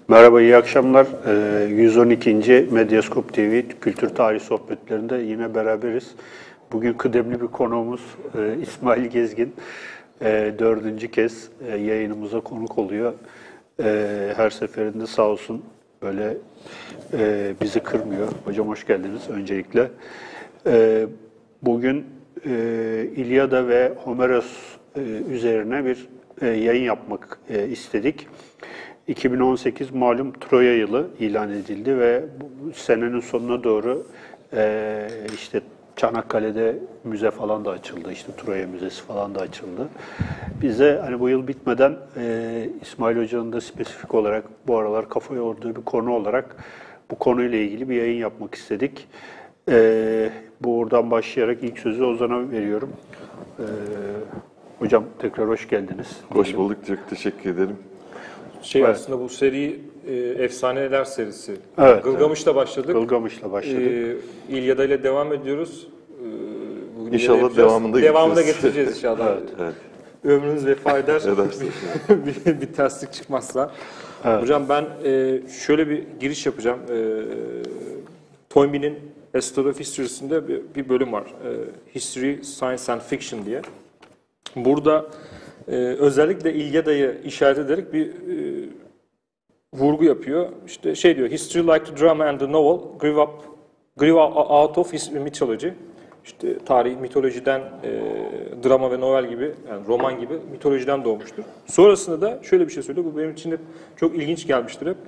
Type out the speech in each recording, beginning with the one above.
Merhaba, iyi akşamlar. 112. Medyaskop TV Kültür Tarih Sohbetlerinde yine beraberiz. Bugün kıdemli bir konuğumuz İsmail Gezgin. Dördüncü kez yayınımıza konuk oluyor. Her seferinde sağ olsun böyle bizi kırmıyor. Hocam hoş geldiniz öncelikle. Bugün İlyada ve Homeros üzerine bir yayın yapmak istedik. 2018 malum Troya yılı ilan edildi ve bu senenin sonuna doğru işte Çanakkale'de müze falan da açıldı. İşte Troya Müzesi falan da açıldı. Bize hani bu yıl bitmeden İsmail Hoca'nın da spesifik olarak bu aralar kafa yorduğu bir konu olarak bu konuyla ilgili bir yayın yapmak istedik. Buradan başlayarak ilk sözü Ozan'a veriyorum. Hocam tekrar hoş geldiniz. Hoş bulduk, çok teşekkür ederim. Evet. Aslında bu seri Efsaneler serisi. Evet, Gılgamış'la başladık. Gılgamış'la başladık. İlyada ile devam ediyoruz. Bugün İnşallah devamında getireceğiz inşallah. Evet. Ömrünüz vefa eder. bir terslik çıkmazsa. Evet. Hocam ben şöyle bir giriş yapacağım. Toynbee'nin A Story of History'sinde bir bölüm var. History, Science and Fiction diye. Burada özellikle İlyada'yı işaret ederek bir vurgu yapıyor. İşte şey diyor, history like the drama and the novel grew out of mythology. İşte tarih mitolojiden, drama ve novel gibi, yani roman gibi mitolojiden doğmuştur. Sonrasında da şöyle bir şey söylüyor, bu benim için de çok ilginç gelmiştir hep.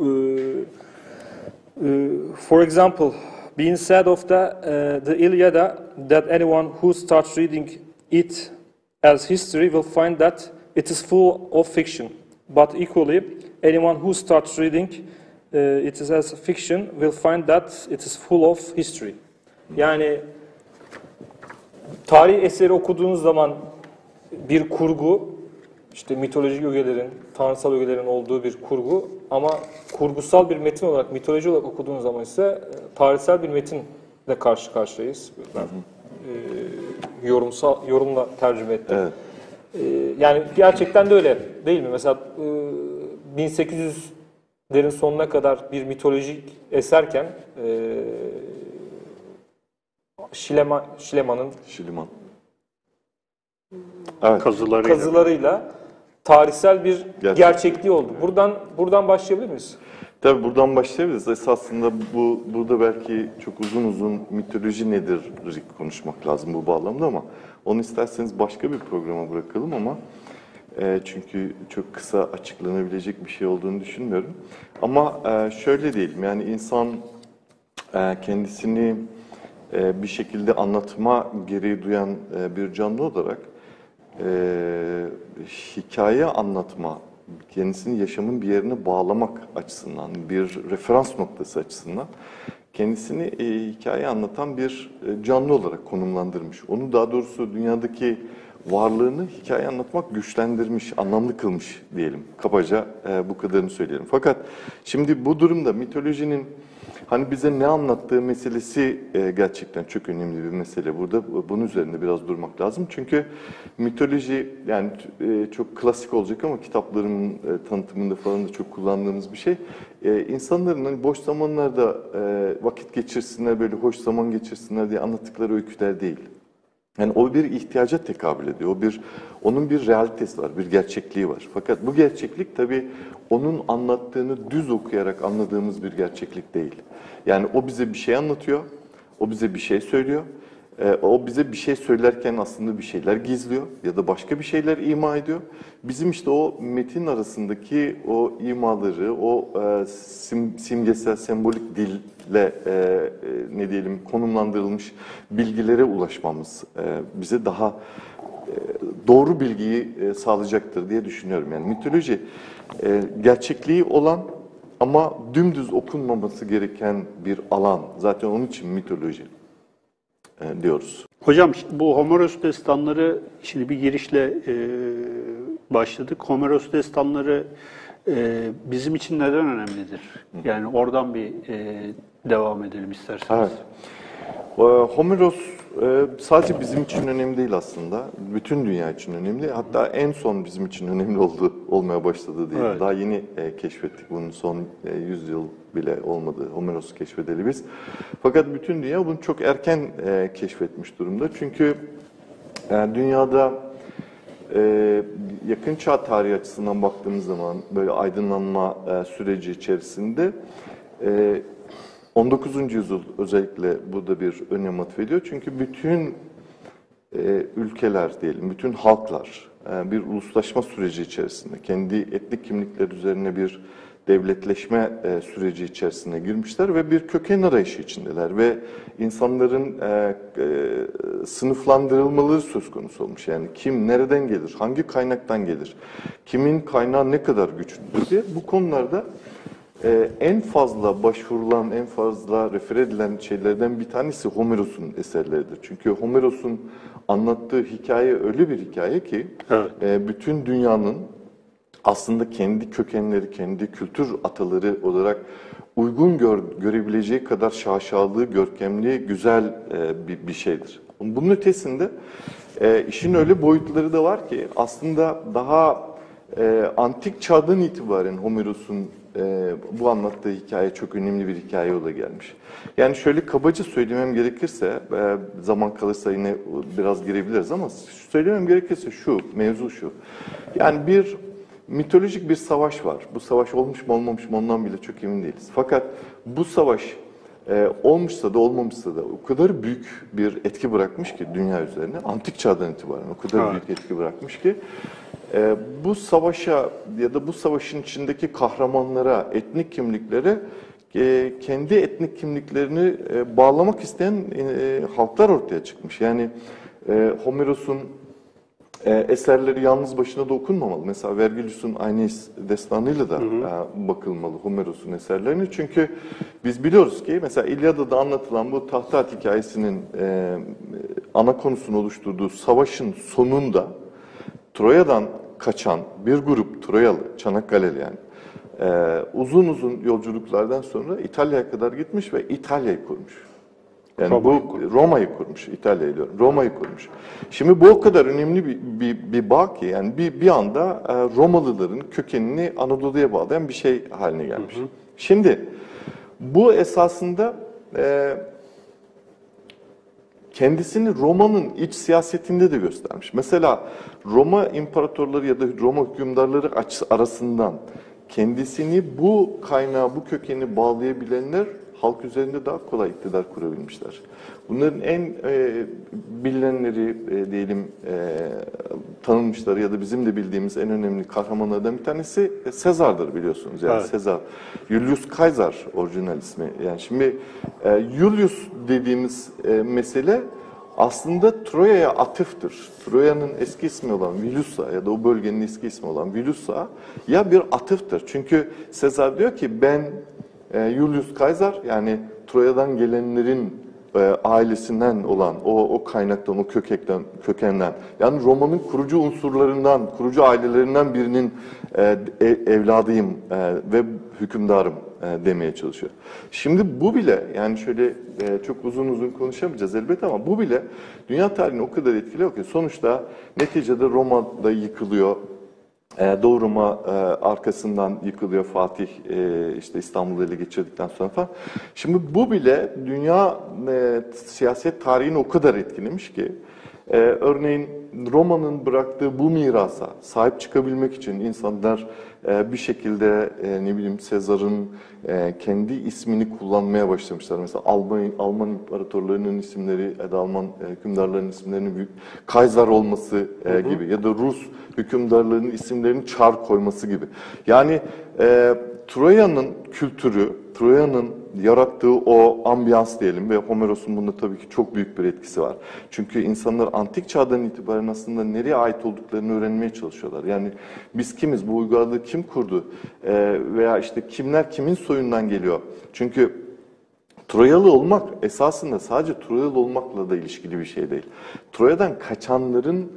For example, being said of the Iliad that anyone who starts reading it as history will find that it is full of fiction. But equally, anyone who starts reading it as fiction will find that it is full of history. Yani tarih eseri okuduğunuz zaman bir kurgu, işte mitolojik ögelerin, tanrısal ögelerin olduğu bir kurgu ama kurgusal bir metin olarak, mitoloji olarak okuduğunuz zaman ise tarihsel bir metinle karşı karşıyayız. Ben yorumla tercüme ettim. Evet. Yani gerçekten de öyle değil mi? Mesela 1800'lerin sonuna kadar bir mitolojik eserken Şileman'ın evet. kazılarıyla tarihsel bir gerçekliği oldu. Buradan başlayabilir miyiz? Tabii buradan başlayabiliriz. Esasında burada belki çok uzun mitoloji nedir konuşmak lazım bu bağlamda ama onu isterseniz başka bir programa bırakalım ama çünkü çok kısa açıklanabilecek bir şey olduğunu düşünmüyorum. Ama şöyle diyelim, yani insan kendisini bir şekilde anlatma gereği duyan bir canlı olarak hikaye anlatma, kendisini yaşamın bir yerine bağlamak açısından, bir referans noktası açısından kendisini hikaye anlatan bir canlı olarak konumlandırmış. Onu daha doğrusu dünyadaki varlığını hikaye anlatmak güçlendirmiş, anlamlı kılmış diyelim. Kabaca bu kadarını söyleyelim. Fakat şimdi bu durumda mitolojinin hani bize ne anlattığı meselesi gerçekten çok önemli bir mesele. Burada bunun üzerinde biraz durmak lazım. Çünkü mitoloji, yani çok klasik olacak ama kitapların tanıtımında falan da çok kullandığımız bir şey. İnsanların hani boş zamanlarda vakit geçirsinler, böyle hoş zaman geçirsinler diye anlattıkları öyküler değil. Yani o bir ihtiyaca tekabül ediyor. Onun bir realitesi var, bir gerçekliği var. Fakat bu gerçeklik tabii onun anlattığını düz okuyarak anladığımız bir gerçeklik değil. Yani o bize bir şey anlatıyor, o bize bir şey söylüyor. O bize bir şey söylerken aslında bir şeyler gizliyor ya da başka bir şeyler ima ediyor. Bizim işte o metin arasındaki o imaları, o simgesel, sembolik dille ne diyelim konumlandırılmış bilgilere ulaşmamız bize daha doğru bilgiyi sağlayacaktır diye düşünüyorum. Yani mitoloji gerçekliği olan ama dümdüz okunmaması gereken bir alan. Zaten onun için mitoloji diyoruz. Hocam bu Homeros destanları, şimdi bir girişle başladık. Homeros destanları bizim için neden önemlidir? Yani oradan bir devam edelim isterseniz. Evet. Homeros Sadece bizim için önemli değil aslında. Bütün dünya için önemli. Hatta en son bizim için önemli olmaya başladı diye. Evet. Daha yeni keşfettik. Bunun son 100 yıl bile olmadı. Homeros'u keşfedeli biz. Fakat bütün dünya bunu çok erken keşfetmiş durumda. Çünkü dünyada yakın çağ tarihi açısından baktığımız zaman böyle aydınlanma süreci içerisinde 19. yüzyıl özellikle burada bir önem atfediyor. Çünkü bütün ülkeler diyelim, bütün halklar bir uluslaşma süreci içerisinde, kendi etnik kimlikler üzerine bir devletleşme süreci içerisine girmişler ve bir köken arayışı içindeler ve insanların sınıflandırılmaları söz konusu olmuş. Yani kim nereden gelir, hangi kaynaktan gelir, kimin kaynağı ne kadar güçlüdür diye bu konularda en fazla başvurulan, en fazla refer edilen şeylerden bir tanesi Homeros'un eserleridir. Çünkü Homeros'un anlattığı hikaye öyle bir hikaye ki Evet. bütün dünyanın aslında kendi kökenleri, kendi kültür ataları olarak uygun görebileceği kadar şaşalı, görkemli, güzel bir şeydir. Bunun ötesinde işin öyle boyutları da var ki aslında daha antik çağdan itibaren Homeros'un bu anlattığı hikaye çok önemli bir hikaye ola gelmiş. Yani şöyle kabaca söylemem gerekirse, zaman kalırsa yine biraz girebiliriz ama söylemem gerekirse mevzu şu. Yani bir mitolojik bir savaş var. Bu savaş olmuş mu olmamış mı ondan bile çok emin değiliz. Fakat bu savaş olmuşsa da olmamışsa da o kadar büyük bir etki bırakmış ki dünya üzerine, antik çağdan itibaren o kadar büyük etki bırakmış ki bu savaşa ya da bu savaşın içindeki kahramanlara, etnik kimliklere kendi etnik kimliklerini bağlamak isteyen halklar ortaya çıkmış. Yani Homeros'un eserleri yalnız başına da okunmamalı. Mesela Vergilius'un Aeneis destanıyla da bakılmalı Homeros'un eserlerini. Çünkü biz biliyoruz ki mesela İlyada'da anlatılan bu Tahtat hikayesinin ana konusunu oluşturduğu savaşın sonunda Troya'dan kaçan bir grup Troyalı, Çanakkale'li yani uzun uzun yolculuklardan sonra İtalya'ya kadar gitmiş ve İtalya'yı kurmuş. Yani Roma'yı kurmuş, İtalya'yı diyorum. Roma'yı kurmuş. Şimdi bu o kadar önemli bir bağ ki yani bir anda Romalıların kökenini Anadolu'ya bağlayan bir şey haline gelmiş. Şimdi bu esasında kendisini Roma'nın iç siyasetinde de göstermiş. Mesela Roma imparatorları ya da Roma hükümdarları arasından kendisini bu kaynağı, bu kökeni bağlayabilenler halk üzerinde daha kolay iktidar kurabilmişler. Bunların en bilinenleri diyelim tanınmışları ya da bizim de bildiğimiz en önemli kahramanlardan bir tanesi Sezar'dır biliyorsunuz. Yani evet. Sezar, Julius Caesar orijinal ismi. Yani şimdi Julius dediğimiz mesele aslında Troya'ya atıftır. Troya'nın eski ismi olan Vilusa ya da o bölgenin eski ismi olan Vilusa ya bir atıftır. Çünkü Sezar diyor ki ben Julius Caesar yani Troya'dan gelenlerin ailesinden olan o kaynaktan, o kökenden yani Roma'nın kurucu unsurlarından, kurucu ailelerinden birinin evladıyım ve hükümdarım demeye çalışıyor. Şimdi bu bile yani şöyle çok uzun uzun konuşamayacağız elbette ama bu bile dünya tarihini o kadar etkiliyor ki sonuçta neticede Roma'da yıkılıyor. Doğu Roma arkasından yıkılıyor Fatih işte İstanbul'u ele geçirdikten sonra falan. Şimdi bu bile dünya siyaset tarihini o kadar etkilemiş ki örneğin Roma'nın bıraktığı bu mirasa sahip çıkabilmek için insanlar bir şekilde ne bileyim Sezar'ın kendi ismini kullanmaya başlamışlar. Mesela Alman imparatorlarının isimleri ya da Alman hükümdarlarının isimlerinin büyük Kaiser olması gibi ya da Rus hükümdarlarının isimlerinin çar koyması gibi. Yani Troya'nın kültürü, Troya'nın yarattığı o ambiyans diyelim ve Homeros'un bunda tabii ki çok büyük bir etkisi var. Çünkü insanlar antik çağdan itibaren aslında nereye ait olduklarını öğrenmeye çalışıyorlar. Yani biz kimiz, bu uygarlığı kim kurdu veya işte kimler kimin soyundan geliyor. Çünkü Troyalı olmak esasında sadece Troyalı olmakla da ilişkili bir şey değil. Troya'dan kaçanların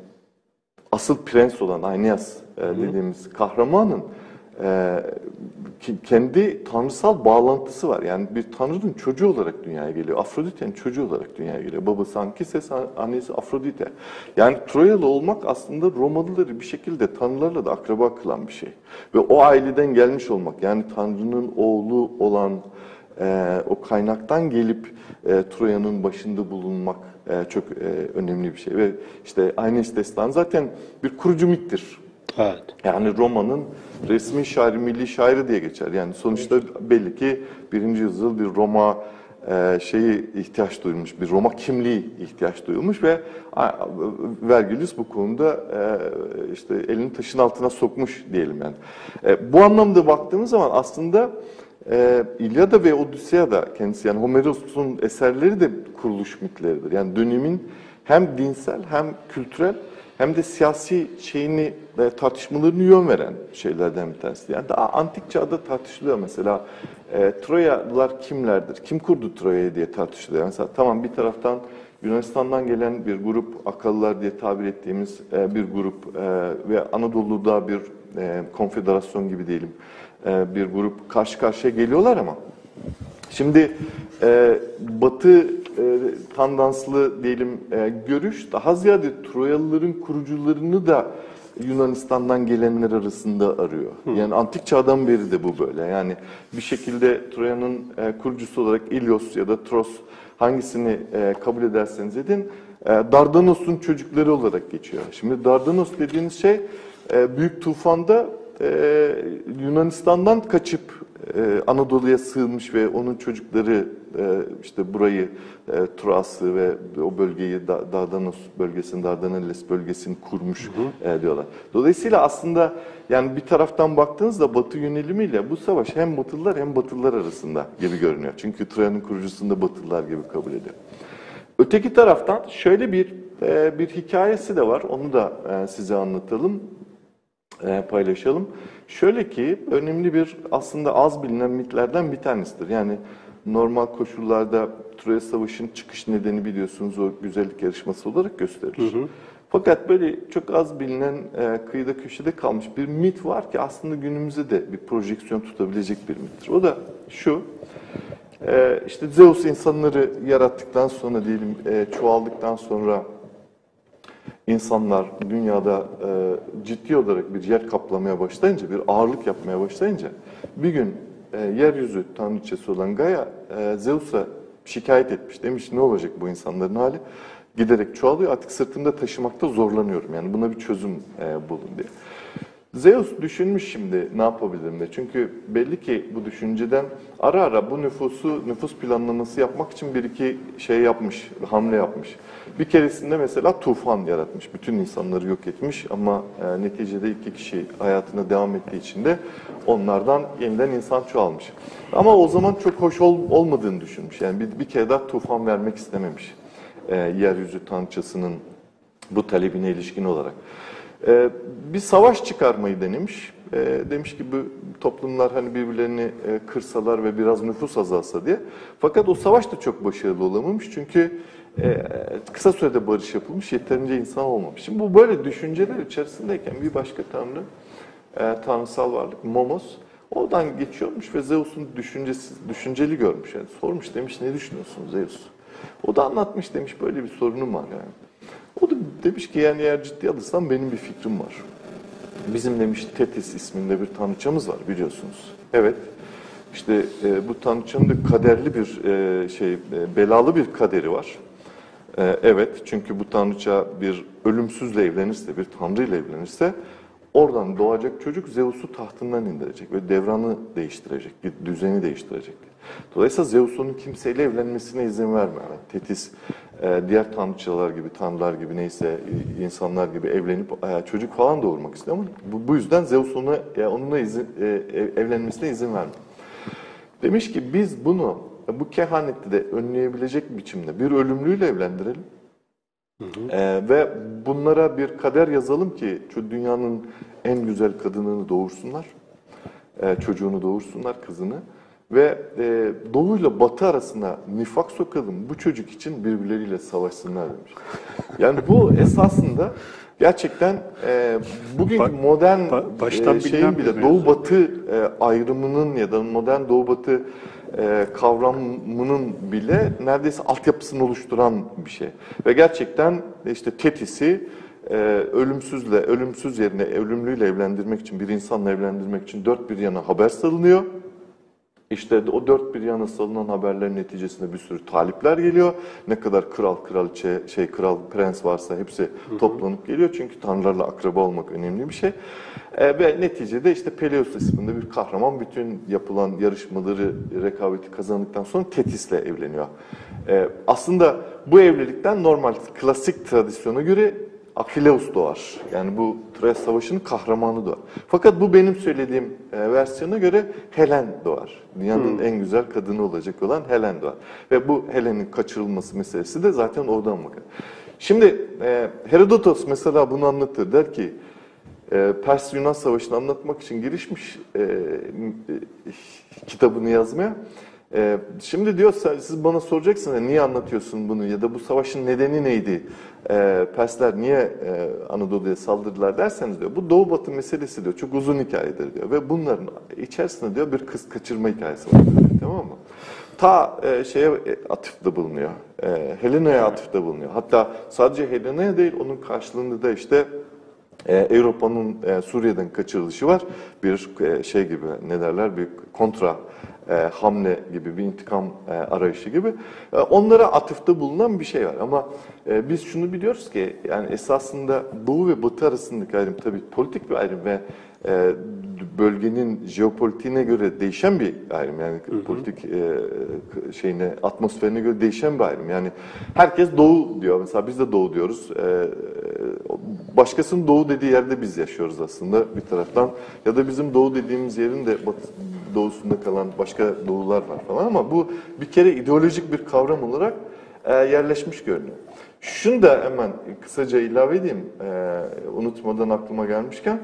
asıl prens olan Aeneas dediğimiz kahramanın kendi tanrısal bağlantısı var. Yani bir tanrının çocuğu olarak dünyaya geliyor. Afrodite'nin çocuğu olarak dünyaya geliyor. Babası Ankises, annesi Afrodite. Yani Troyalı olmak aslında Romalıları bir şekilde tanrılarla da akraba kılan bir şey. Ve o aileden gelmiş olmak, yani tanrının oğlu olan o kaynaktan gelip Troya'nın başında bulunmak çok önemli bir şey. Ve işte Aeneas Destanı zaten bir kurucu mittir. Evet. Yani Roma'nın resmi şairi, milli şairi diye geçer. Yani sonuçta belli ki 1. yüzyıl bir Roma ihtiyaç duyulmuş, bir Roma kimliği ihtiyaç duyulmuş ve Vergilius bu konuda işte elini taşın altına sokmuş diyelim yani. Bu anlamda baktığımız zaman aslında İlyada ve Odüseya'da kendisi, yani Homeros'un eserleri de kuruluş mitleridir. Yani dönemin hem dinsel hem kültürel hem de siyasi tartışmalarını yön veren şeylerden bir tanesi. Yani daha antik çağda tartışılıyor mesela Troyalılar kimlerdir? Kim kurdu Troya'yı diye tartışılıyor. Mesela tamam, bir taraftan Yunanistan'dan gelen bir grup, Akalılar diye tabir ettiğimiz bir grup ve Anadolu'da bir konfederasyon gibi diyelim bir grup karşı karşıya geliyorlar ama şimdi Batı tandanslı diyelim görüş daha ziyade Troyalıların kurucularını da Yunanistan'dan gelenler arasında arıyor. Yani antik çağdan beri de bu böyle. Yani bir şekilde Troya'nın kurucusu olarak İlyos ya da Tros, hangisini kabul ederseniz edin, Dardanos'un çocukları olarak geçiyor. Şimdi Dardanos dediğiniz şey büyük tufanda Yunanistan'dan kaçıp Anadolu'ya sığınmış ve onun çocukları işte burayı, Troas'ı ve o bölgeyi, Dardanos bölgesini, Dardanelles bölgesini kurmuş diyorlar. Dolayısıyla aslında yani bir taraftan baktığınızda Batı yönelimiyle bu savaş hem Batılılar hem Batılılar arasında gibi görünüyor. Çünkü Troya'nın kurucusunu da Batılılar gibi kabul ediyor. Öteki taraftan şöyle bir hikayesi de var. Onu da size anlatalım, paylaşalım. Şöyle ki önemli bir, aslında az bilinen mitlerden bir tanesidir. Yani normal koşullarda Troya Savaşı'nın çıkış nedeni biliyorsunuz o güzellik yarışması olarak gösterilir. Fakat böyle çok az bilinen, kıyıda köşede kalmış bir mit var ki aslında günümüzde de bir projeksiyon tutabilecek bir mittir. O da şu: işte Zeus insanları yarattıktan sonra diyelim, çoğaldıktan sonra İnsanlar dünyada ciddi olarak bir yer kaplamaya başlayınca, bir ağırlık yapmaya başlayınca bir gün yeryüzü tanrıçası olan Gaia Zeus'a şikayet etmiş. Demiş, ne olacak bu insanların hali? Giderek çoğalıyor, artık sırtımda taşımakta zorlanıyorum. Yani buna bir çözüm bulun diye. Zeus düşünmüş şimdi ne yapabilirim diye. Çünkü belli ki bu düşünceden ara ara bu nüfus planlaması yapmak için bir iki şey yapmış, hamle yapmış. Bir keresinde mesela tufan yaratmış. Bütün insanları yok etmiş ama neticede 2 kişi hayatına devam ettiği için de onlardan yeniden insan çoğalmış. Ama o zaman çok hoş olmadığını düşünmüş. Yani bir kere daha tufan vermek istememiş. Yeryüzü tanrıçasının bu talebine ilişkin olarak. Bir savaş çıkarmayı denemiş. Demiş ki bu toplumlar hani birbirlerini kırsalar ve biraz nüfus azalsa diye. Fakat o savaş da çok başarılı olamamış. Çünkü kısa sürede barış yapılmış, yeterince insan olmamış. Şimdi bu böyle düşünceler içerisindeyken bir başka tanrı, tanrısal varlık Momos, oradan geçiyormuş ve Zeus'un düşünceli görmüş. Yani sormuş, demiş ne düşünüyorsun Zeus? O da anlatmış, demiş böyle bir sorunum var yani. O da demiş ki yani eğer ciddi alırsan benim bir fikrim var. Bizim demiş Tetis isminde bir tanrıçamız var biliyorsunuz. Evet. İşte bu tanrıçanın da kaderli bir belalı bir kaderi var. Evet, çünkü bu tanrıça bir ölümsüzle evlenirse, bir tanrı ile evlenirse oradan doğacak çocuk Zeus'u tahtından indirecek ve devranı değiştirecek, düzeni değiştirecek. Dolayısıyla Zeus onun kimseyle evlenmesine izin vermiyor. Yani Tetis diğer tanrıçalar gibi, tanrılar gibi, neyse insanlar gibi evlenip çocuk falan doğurmak istiyor ama bu yüzden Zeus onunla evlenmesine izin vermiyor. Demiş ki biz bunu bu kehaneti de önleyebilecek biçimde bir ölümlüyle evlendirelim. Ve bunlara bir kader yazalım ki şu dünyanın en güzel kadınını doğursunlar. Çocuğunu doğursunlar, kızını. ve Doğu ile Batı arasına nifak sokalım, bu çocuk için birbirleriyle savaşsınlar demiş. Yani bu esasında gerçekten bugünkü modern şeyin bile Doğu-Batı ayrımının ya da modern Doğu-Batı kavramının bile neredeyse altyapısını oluşturan bir şey. Ve gerçekten işte Tetis'i ölümsüz yerine ölümlüyle evlendirmek için, bir insanla evlendirmek için dört bir yana haber salınıyor. İşte o dört bir yana salınan haberlerin neticesinde bir sürü talipler geliyor. Ne kadar kral, kraliçe, kral, prens varsa hepsi toplanıp geliyor. Çünkü tanrılarla akraba olmak önemli bir şey. Ve neticede işte Peleus isminde bir kahraman bütün yapılan yarışmaları, rekabeti kazandıktan sonra Tetis'le evleniyor. Aslında bu evlilikten normal, klasik tradisyona göre Akileus doğar. Yani bu Troya Savaşı'nın kahramanı doğar. Fakat bu benim söylediğim versiyona göre Helen doğar. Dünyanın en güzel kadını olacak olan Helen doğar. Ve bu Helen'in kaçırılması meselesi de zaten oradan bakar. Şimdi Herodotos mesela bunu anlatır. Der ki Pers-Yunan Savaşı'nı anlatmak için girişmiş kitabını yazmaya. Şimdi diyor siz bana soracaksınız niye anlatıyorsun bunu ya da bu savaşın nedeni neydi? Persler niye Anadolu'ya saldırdılar derseniz diyor bu Doğu Batı meselesi diyor çok uzun hikayedir diyor ve bunların içerisinde diyor bir kız kaçırma hikayesi var diyor, tamam mı? Ta şeye atıfta bulunuyor. Helena'ya atıfta bulunuyor. Hatta sadece Helena'ya değil onun karşılığında da işte Avrupa'nın Suriye'den kaçırılışı var. Bir şey gibi ne derler bir kontra hamle gibi bir intikam arayışı gibi. Onlara atıfta bulunan bir şey var. Ama biz şunu biliyoruz ki yani esasında Doğu ve Batı arasındaki ayrım tabii politik bir ayrım ve bölgenin jeopolitiğine göre değişen bir ayrım. Yani politik şeyine, atmosferine göre değişen bir ayrım. Yani herkes Doğu diyor. Mesela biz de Doğu diyoruz. Başkasının Doğu dediği yerde biz yaşıyoruz aslında bir taraftan. Ya da bizim Doğu dediğimiz yerin de doğusunda kalan başka doğular var falan ama bu bir kere ideolojik bir kavram olarak yerleşmiş görünüyor. Şunu da hemen kısaca ilave edeyim, unutmadan aklıma gelmişken.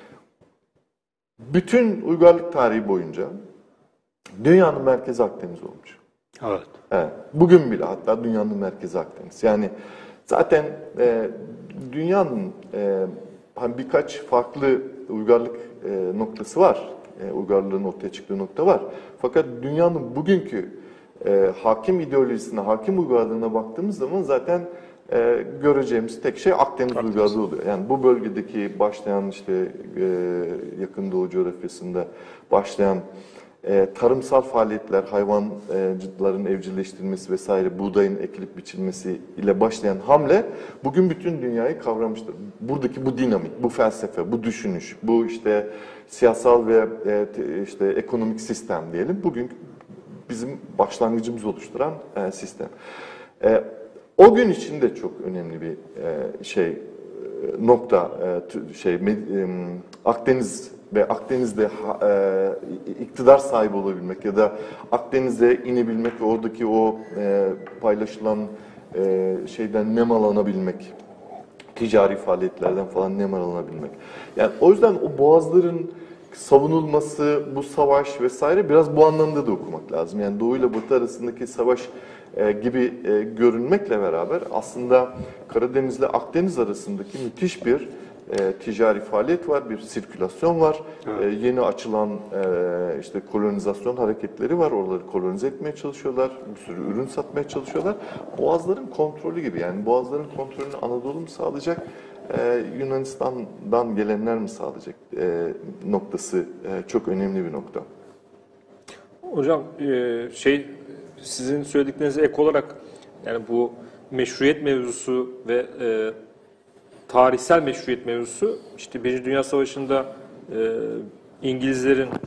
Bütün uygarlık tarihi boyunca dünyanın merkezi Akdeniz olmuş. Evet. Evet. Bugün bile hatta dünyanın merkezi Akdeniz. Yani zaten dünyanın birkaç farklı uygarlık noktası var. Uygarlığın ortaya çıktığı nokta var. Fakat dünyanın bugünkü hakim ideolojisine, hakim uygarlığına baktığımız zaman zaten göreceğimiz tek şey Akdeniz uygarlığı oluyor. Yani bu bölgedeki başlayan işte yakın Doğu coğrafyasında başlayan tarımsal faaliyetler, hayvancılıkların evcilleştirilmesi vesaire, buğdayın ekilip biçilmesi ile başlayan hamle bugün bütün dünyayı kavramıştır. Buradaki bu dinamik, bu felsefe, bu düşünüş, bu işte siyasal ve işte ekonomik sistem diyelim, bugün bizim başlangıcımızı oluşturan sistem. O gün için de çok önemli bir nokta, Akdeniz ve Akdeniz'de iktidar sahibi olabilmek ya da Akdeniz'e inebilmek ve oradaki o paylaşılan şeyden nemalanabilmek, ticari faaliyetlerden falan nemalanabilmek. Yani o yüzden o boğazların savunulması, bu savaş vesaire biraz bu anlamda da okumak lazım. Yani Doğu ile Batı arasındaki savaş gibi görünmekle beraber aslında Karadeniz ile Akdeniz arasındaki müthiş bir ticari faaliyet var, bir sirkülasyon var. Evet. Yeni açılan işte kolonizasyon hareketleri var. Oraları kolonize etmeye çalışıyorlar. Bir sürü ürün satmaya çalışıyorlar. Boğazların kontrolü gibi. Yani boğazların kontrolünü Anadolu mu sağlayacak? Yunanistan'dan gelenler mi sağlayacak noktası çok önemli bir nokta. Hocam sizin söylediklerinize ek olarak yani bu meşruiyet mevzusu ve tarihsel meşruiyet mevzusu işte Birinci Dünya Savaşı'nda İngilizlerin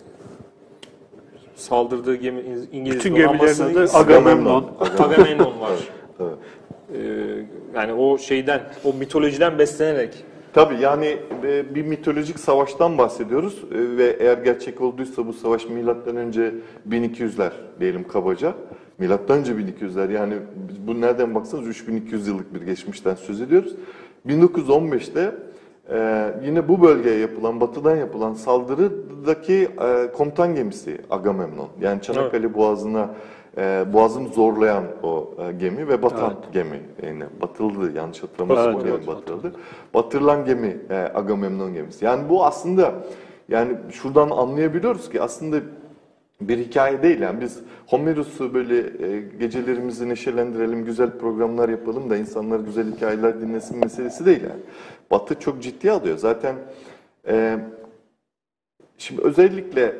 saldırdığı gemi İngiliz bütün gemilerinde de Agamemnon var. Evet. Yani o şeyden, o mitolojiden beslenerek. Tabii yani bir mitolojik savaştan bahsediyoruz ve eğer gerçek olduysa bu savaş milattan önce 1200'ler diyelim kabaca. Milattan önce 1200'ler yani bu nereden baksanız 3200 yıllık bir geçmişten söz ediyoruz. 1915'te yine bu bölgeye yapılan, batıdan yapılan saldırıdaki komutan gemisi Agamemnon. Yani Çanakkale Boğazı'na Boğazını zorlayan o gemi ve batan gemi. Yani batıldı, yanlış hatırlamıyorsam o gemi batırıldı. Batırılan gemi Agamemnon gemisi. Yani bu aslında, yani şuradan anlayabiliyoruz ki aslında bir hikaye değil. Yani biz Homeros'u böyle gecelerimizi neşelendirelim, güzel programlar yapalım da insanlar güzel hikayeler dinlesin meselesi değil yani. Batı çok ciddiye alıyor. Zaten şimdi özellikle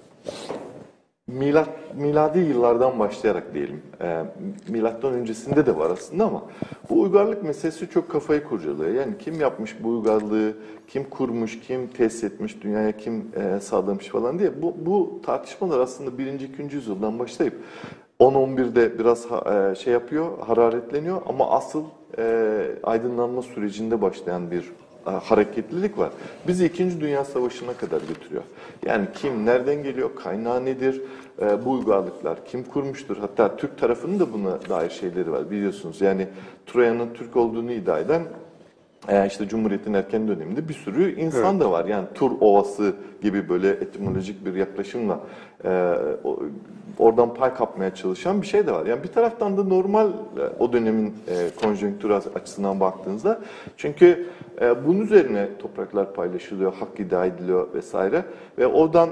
miladi yıllardan başlayarak diyelim, milattan öncesinde de var aslında ama bu uygarlık meselesi çok kafayı kurcalıyor. Yani kim yapmış bu uygarlığı, kim kurmuş, kim tesis etmiş, dünyaya kim sağlamış falan diye. Bu tartışmalar aslında 1. 2. yüzyıldan başlayıp 10-11'de biraz şey yapıyor, hararetleniyor ama asıl aydınlanma sürecinde başlayan bir hareketlilik var. Bizi 2. Dünya Savaşı'na kadar götürüyor. Yani kim, nereden geliyor, kaynağı nedir, bu uygarlıklar kim kurmuştur? Hatta Türk tarafının da buna dair şeyleri var biliyorsunuz. Yani Troya'nın Türk olduğunu iddia eden işte Cumhuriyet'in erken döneminde bir sürü insan da var. Yani Tur Ovası gibi böyle etimolojik bir yaklaşımla oradan pay kapmaya çalışan bir şey de var. Yani bir taraftan da normal o dönemin konjonktürü açısından baktığınızda. Çünkü bunun üzerine topraklar paylaşılıyor, hak iddia ediliyor vesaire. Ve oradan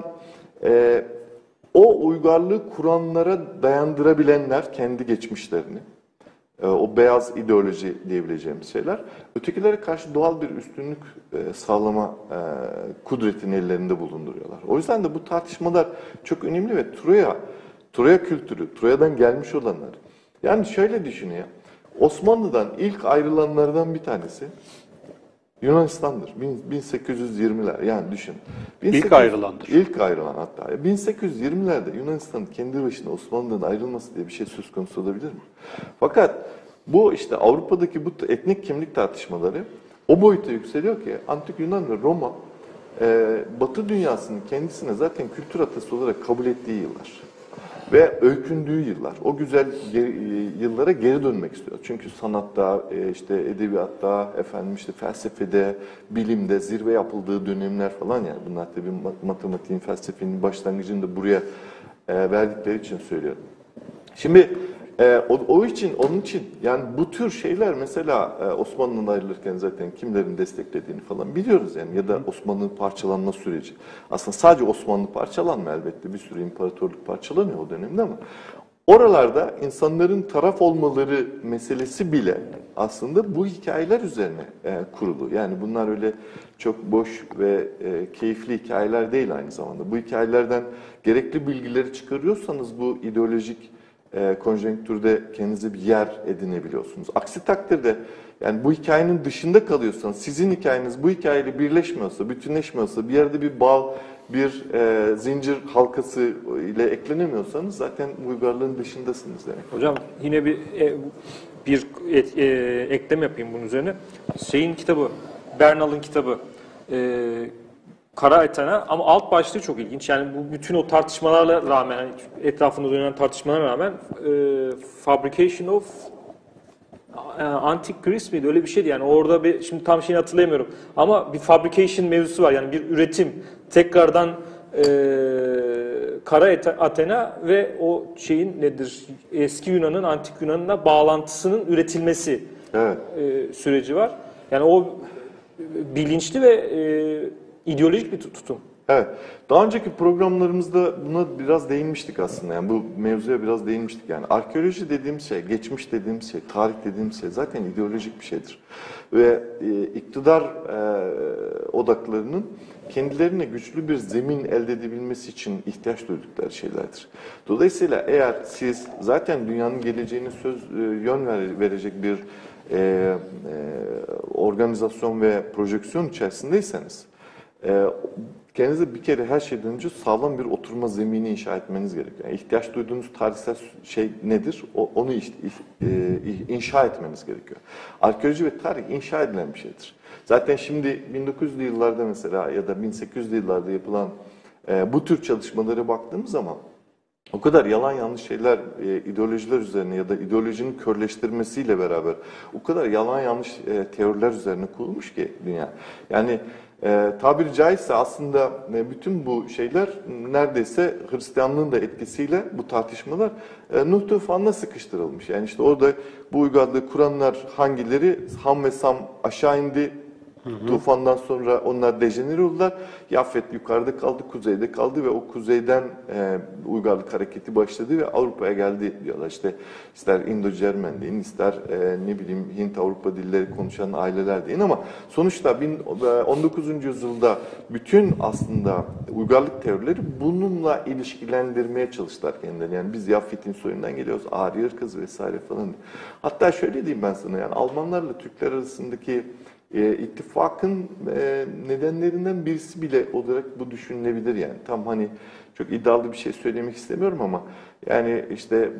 o uygarlığı kuranlara dayandırabilenler kendi geçmişlerini, o beyaz ideoloji diyebileceğimiz şeyler, ötekilere karşı doğal bir üstünlük sağlama kudretini ellerinde bulunduruyorlar. O yüzden de bu tartışmalar çok önemli ve Troya kültürü, Troya'dan gelmiş olanlar. Yani şöyle düşünün ya, Osmanlı'dan ilk ayrılanlardan bir tanesi Yunanistan'dır. 1820'ler yani düşün. İlk ayrılandır. İlk ayrılan hatta. 1820'lerde Yunanistan'ın kendi başına Osmanlı'dan ayrılması diye bir şey söz konusu olabilir mi? Fakat bu işte Avrupa'daki bu etnik kimlik tartışmaları o boyuta yükseliyor ki Antik Yunan ve Roma Batı dünyasının kendisine zaten kültür atası olarak kabul ettiği yıllar. Ve öykündüğü yıllar. O güzel yıllara geri dönmek istiyor. Çünkü sanatta, işte edebiyatta, işte felsefede, bilimde zirve yapıldığı dönemler falan yani. Bunlar tabii matematiğin, felsefenin başlangıcını da buraya verdikleri için söylüyorum. Şimdi onun için yani bu tür şeyler mesela Osmanlı'dan ayrılırken zaten kimlerin desteklediğini falan biliyoruz yani ya da Osmanlı'nın parçalanma süreci. Aslında sadece Osmanlı parçalanmıyor elbette bir sürü imparatorluk parçalanıyor o dönemde ama oralarda insanların taraf olmaları meselesi bile aslında bu hikayeler üzerine kurulu. Yani bunlar öyle çok boş ve keyifli hikayeler değil aynı zamanda. Bu hikayelerden gerekli bilgileri çıkarıyorsanız bu ideolojik konjonktürde kendinize bir yer edinebiliyorsunuz. Aksi takdirde yani bu hikayenin dışında kalıyorsanız, sizin hikayeniz bu hikayeyle birleşmiyorsa, bütünleşmiyorsa, bir yerde bir bağ, bir zincir halkası ile eklenemiyorsanız zaten bu uygarlığın dışındasınız demek. Hocam yine bir eklem yapayım bunun üzerine. Şeyin kitabı, Bernal'ın kitabı Kara Athena ama alt başlığı çok ilginç. Yani bu bütün o tartışmalarla rağmen, yani etrafında dönen tartışmalara rağmen Fabrication of Antique Greece miydi? Öyle bir şeydi yani. Orada şimdi tam şeyini hatırlayamıyorum. Ama bir fabrication mevzusu var. Yani bir üretim. Tekrardan Kara Athena ve o şeyin nedir? Eski Yunan'ın, Antik Yunan'la bağlantısının üretilmesi süreci var. Yani o bilinçli ve ideolojik bir tutum. Evet. Daha önceki programlarımızda buna biraz değinmiştik aslında. Yani bu mevzuya biraz değinmiştik. Yani arkeoloji dediğimiz şey, geçmiş dediğimiz şey, tarih dediğimiz şey zaten ideolojik bir şeydir. Ve iktidar odaklarının kendilerine güçlü bir zemin elde edebilmesi için ihtiyaç duydukları şeylerdir. Dolayısıyla eğer siz zaten dünyanın geleceğine yön verecek bir organizasyon ve projeksiyon içerisindeyseniz kendinize bir kere her şeyden önce sağlam bir oturma zemini inşa etmeniz gerekiyor. Yani ihtiyaç duyduğunuz tarihsel şey nedir? Onu inşa etmeniz gerekiyor. Arkeoloji ve tarih inşa edilen bir şeydir. Zaten şimdi 1900'lü yıllarda mesela ya da 1800'lü yıllarda yapılan bu tür çalışmalara baktığımız zaman o kadar yalan yanlış şeyler, ideolojiler üzerine ya da ideolojinin körleştirmesiyle beraber o kadar yalan yanlış teoriler üzerine kurulmuş ki dünya. Yani tabiri caizse aslında bütün bu şeyler neredeyse Hristiyanlığın da etkisiyle bu tartışmalar Nuh tufanına sıkıştırılmış. Yani işte orada bu uygarlığı kuranlar hangileri? Ham ve Sam aşağı indi. Tufandan sonra onlar dejenere oldular. Yafet yukarıda kaldı, kuzeyde kaldı ve o kuzeyden uygarlık hareketi başladı ve Avrupa'ya geldi diyorlar. İşte ister İndo-Cermen deyin, ister ne bileyim Hint-Avrupa dilleri konuşan aileler deyin ama sonuçta 19. yüzyılda bütün aslında uygarlık teorileri bununla ilişkilendirmeye çalıştılar kendilerini. Yani biz Yafet'in soyundan geliyoruz, Arya ırkız vesaire falan. Hatta şöyle diyeyim ben sana, yani Almanlarla Türkler arasındaki ittifakın nedenlerinden birisi bile olarak bu düşünülebilir yani. Tam hani çok iddialı bir şey söylemek istemiyorum ama yani işte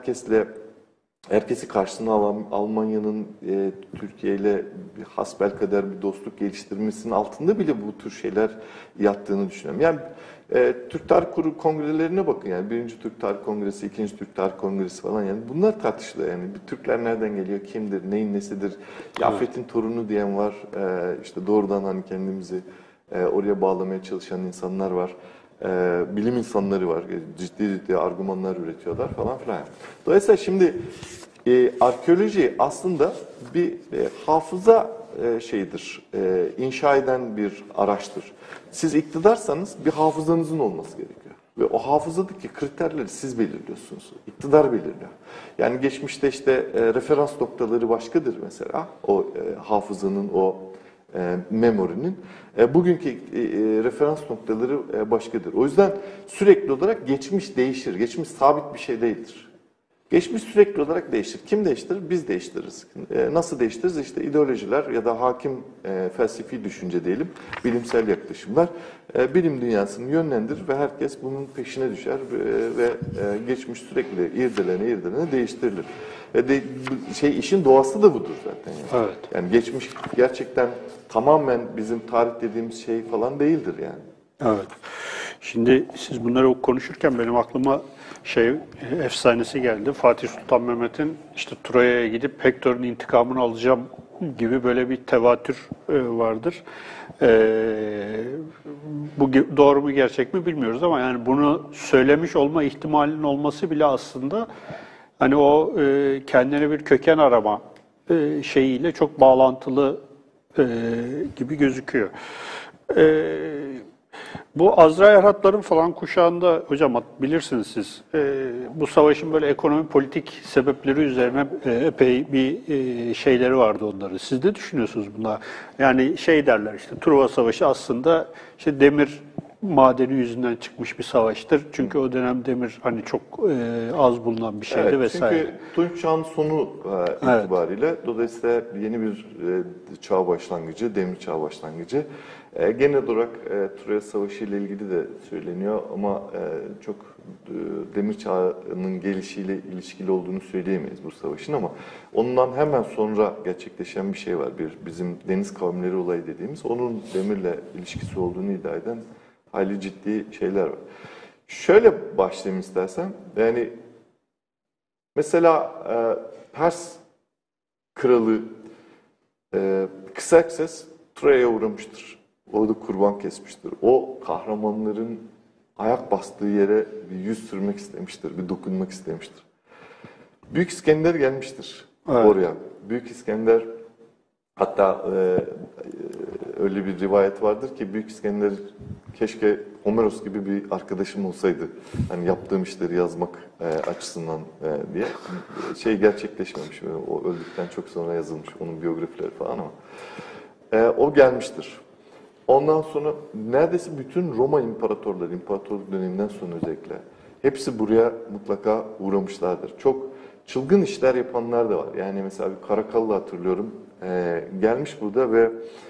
herkesi karşısına alan Almanya'nın Türkiye ile hasbelkader bir dostluk geliştirmesinin altında bile bu tür şeyler yattığını düşünüyorum. Yani Türk Tarih Kongrelerine bakın, yani birinci Türk Tarih Kongresi, ikinci Türk Tarih Kongresi falan, yani bunlar tartışılıyor. Yani Türkler nereden geliyor, kimdir, neyin nesidir, Yafet'in torunu diyen var, işte doğrudan hani kendimizi oraya bağlamaya çalışan insanlar var. Bilim insanları var, ciddi argümanlar üretiyorlar falan filan. Dolayısıyla şimdi arkeoloji aslında bir hafıza şeyidir, inşa eden bir araçtır. Siz iktidarsanız bir hafızanızın olması gerekiyor. Ve o hafızadaki kriterleri siz belirliyorsunuz. İktidar belirliyor. Yani geçmişte işte referans noktaları başkadır mesela. O hafızanın, o memorinin. Bugünkü referans noktaları başkadır. O yüzden sürekli olarak geçmiş değişir. Geçmiş sabit bir şey değildir. Geçmiş sürekli olarak değişir. Kim değiştirir? Biz değiştiririz. Nasıl değiştiririz? İşte ideolojiler ya da hakim felsefi düşünce diyelim, bilimsel yaklaşımlar bilim dünyasını yönlendirir ve herkes bunun peşine düşer ve geçmiş sürekli irdelene değiştirilir. İşin doğası da budur zaten. Yani. Evet. Yani geçmiş gerçekten tamamen bizim tarih dediğimiz şey falan değildir yani. Evet. Şimdi siz bunları konuşurken benim aklıma efsanesi geldi. Fatih Sultan Mehmet'in işte Troya'ya gidip Hektor'un intikamını alacağım gibi böyle bir tevatür vardır. Bu doğru mu gerçek mi bilmiyoruz ama yani bunu söylemiş olma ihtimalinin olması bile aslında hani o kendine bir köken arama şeyiyle çok bağlantılı gibi gözüküyor. Bu Azrail Harhatların falan kuşağında hocam bilirsiniz siz bu savaşın böyle ekonomi politik sebepleri üzerine epey bir şeyleri vardı onların. Siz ne düşünüyorsunuz buna? Yani şey derler işte Truva Savaşı aslında işte demir madeni yüzünden çıkmış bir savaştır. Çünkü o dönem demir hani çok az bulunan bir şeydi vesaire. Çünkü Tunç Çağ'ın sonu itibariyle dolayısıyla yeni bir çağ başlangıcı, demir çağ başlangıcı. Genel olarak Troya Savaşı ile ilgili de söyleniyor ama çok demir çağının gelişiyle ilişkili olduğunu söyleyemeyiz bu savaşın ama ondan hemen sonra gerçekleşen bir şey var. Bizim deniz kavimleri olayı dediğimiz, onun demirle ilişkisi olduğunu iddia eden hayli ciddi şeyler var. Şöyle başlayayım istersen. Yani mesela Pers kralı Kserkses Troya'ya uğramıştır. Orada kurban kesmiştir. O kahramanların ayak bastığı yere bir yüz sürmek istemiştir, bir dokunmak istemiştir. Büyük İskender gelmiştir oraya. Büyük İskender, hatta öyle bir rivayet vardır ki Büyük İskender keşke Homeros gibi bir arkadaşım olsaydı. Hani yaptığım işleri yazmak açısından diye. Şey gerçekleşmemiş. O öldükten çok sonra yazılmış onun biyografileri falan ama. O gelmiştir. Ondan sonra neredeyse bütün Roma imparatorları, imparatorluk döneminden sonra özellikle hepsi buraya mutlaka uğramışlardır. Çok çılgın işler yapanlar da var. Yani mesela bir Karakallı hatırlıyorum. Gelmiş burada ve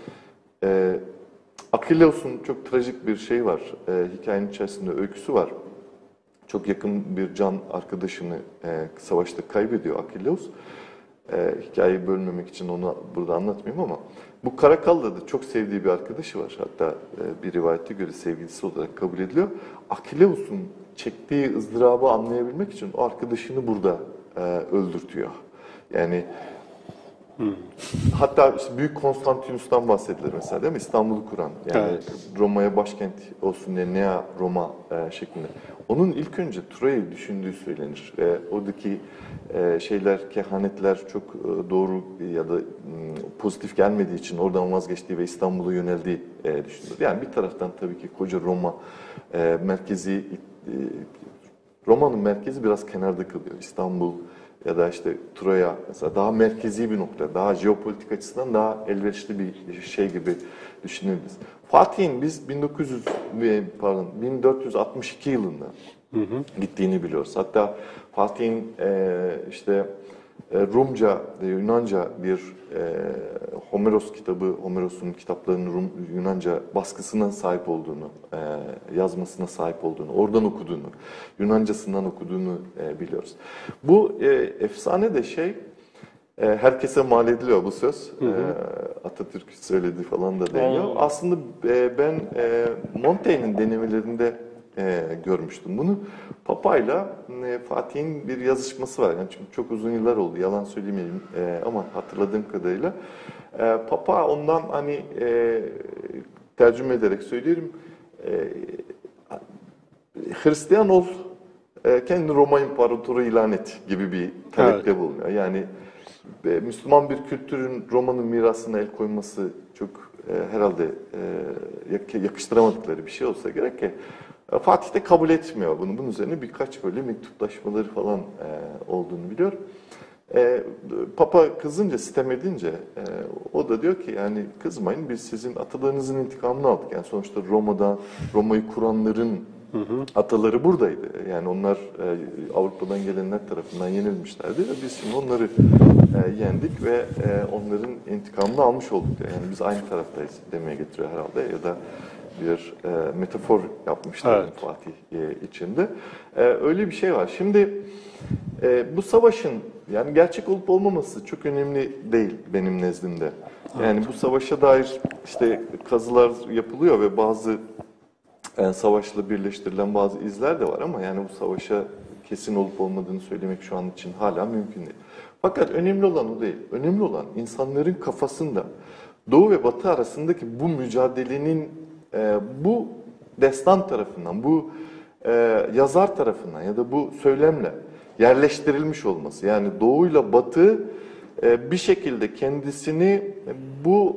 Akileus'un çok trajik bir şey var. Hikayenin içerisinde öyküsü var. Çok yakın bir can arkadaşını savaşta kaybediyor Akileus. Hikayeyi bölmemek için onu burada anlatmayayım ama Bu Karakal'da da çok sevdiği bir arkadaşı var. Hatta bir rivayete göre sevgilisi olarak kabul ediliyor. Akileus'un çektiği ızdırabı anlayabilmek için o arkadaşını burada öldürtüyor. Yani hatta işte Büyük Konstantinus'tan bahsedilir mesela, değil mi? İstanbul'u kuran, yani Evet. Roma'ya başkent olsun diye Nea Roma şeklinde. Onun ilk önce Troya'yı düşündüğü söylenir. Oradaki şeyler, kehanetler çok doğru ya da pozitif gelmediği için oradan vazgeçtiği ve İstanbul'a yöneldiği düşünülür. Yani bir taraftan tabii ki koca Roma merkezi, Roma'nın merkezi biraz kenarda kalıyor. İstanbul ya da işte Troya mesela daha merkezi bir nokta, daha jeopolitik açısından daha elverişli bir şey gibi düşünebiliriz. Fatih'in biz 1462 yılında gittiğini biliyoruz. Hatta Fatih'in işte Rumca, Yunanca bir Homeros kitabı, Homeros'un kitaplarının Yunanca baskısına sahip olduğunu, yazmasına sahip olduğunu, oradan okuduğunu, Yunancasından okuduğunu biliyoruz. Bu efsane de herkese mal ediliyor bu söz. Atatürk söyledi falan da deniyor. Aslında ben Montaigne'in denemelerinde görmüştüm bunu. Papa'yla Fatih'in bir yazışması var. Yani çünkü çok uzun yıllar oldu, yalan söylemeyeyim ama hatırladığım kadarıyla. Papa ondan hani tercüme ederek söylüyorum, Hristiyan ol, kendini Roma İmparatoru ilan et gibi bir talepte bulunuyor. Yani Müslüman bir kültürün Roma'nın mirasına el koyması çok herhalde yakıştıramadıkları bir şey olsa gerek ki Fatih de kabul etmiyor bunu. Bunun üzerine birkaç böyle mektuplaşmaları falan olduğunu biliyor. Papa kızınca, sitem edince o da diyor ki yani kızmayın, biz sizin atalarınızın intikamını aldık. Yani sonuçta Roma'yı kuranların ataları buradaydı. Yani onlar Avrupa'dan gelenler tarafından yenilmişlerdi ve biz şimdi onları yendik ve onların intikamını almış olduk diyor. Yani biz aynı taraftayız demeye getiriyor herhalde ya da bir metafor yapmışlar Fatih içinde. Öyle bir şey var. Şimdi bu savaşın yani gerçek olup olmaması çok önemli değil benim nezdimde. Yani bu savaşa dair işte kazılar yapılıyor ve bazı savaşla birleştirilen bazı izler de var ama yani bu savaşa kesin olup olmadığını söylemek şu an için hala mümkün değil. Fakat önemli olan o değil. Önemli olan insanların kafasında Doğu ve Batı arasındaki bu mücadelenin bu destan tarafından, bu yazar tarafından ya da bu söylemle yerleştirilmiş olması. Yani Doğu ile Batı bir şekilde kendisini bu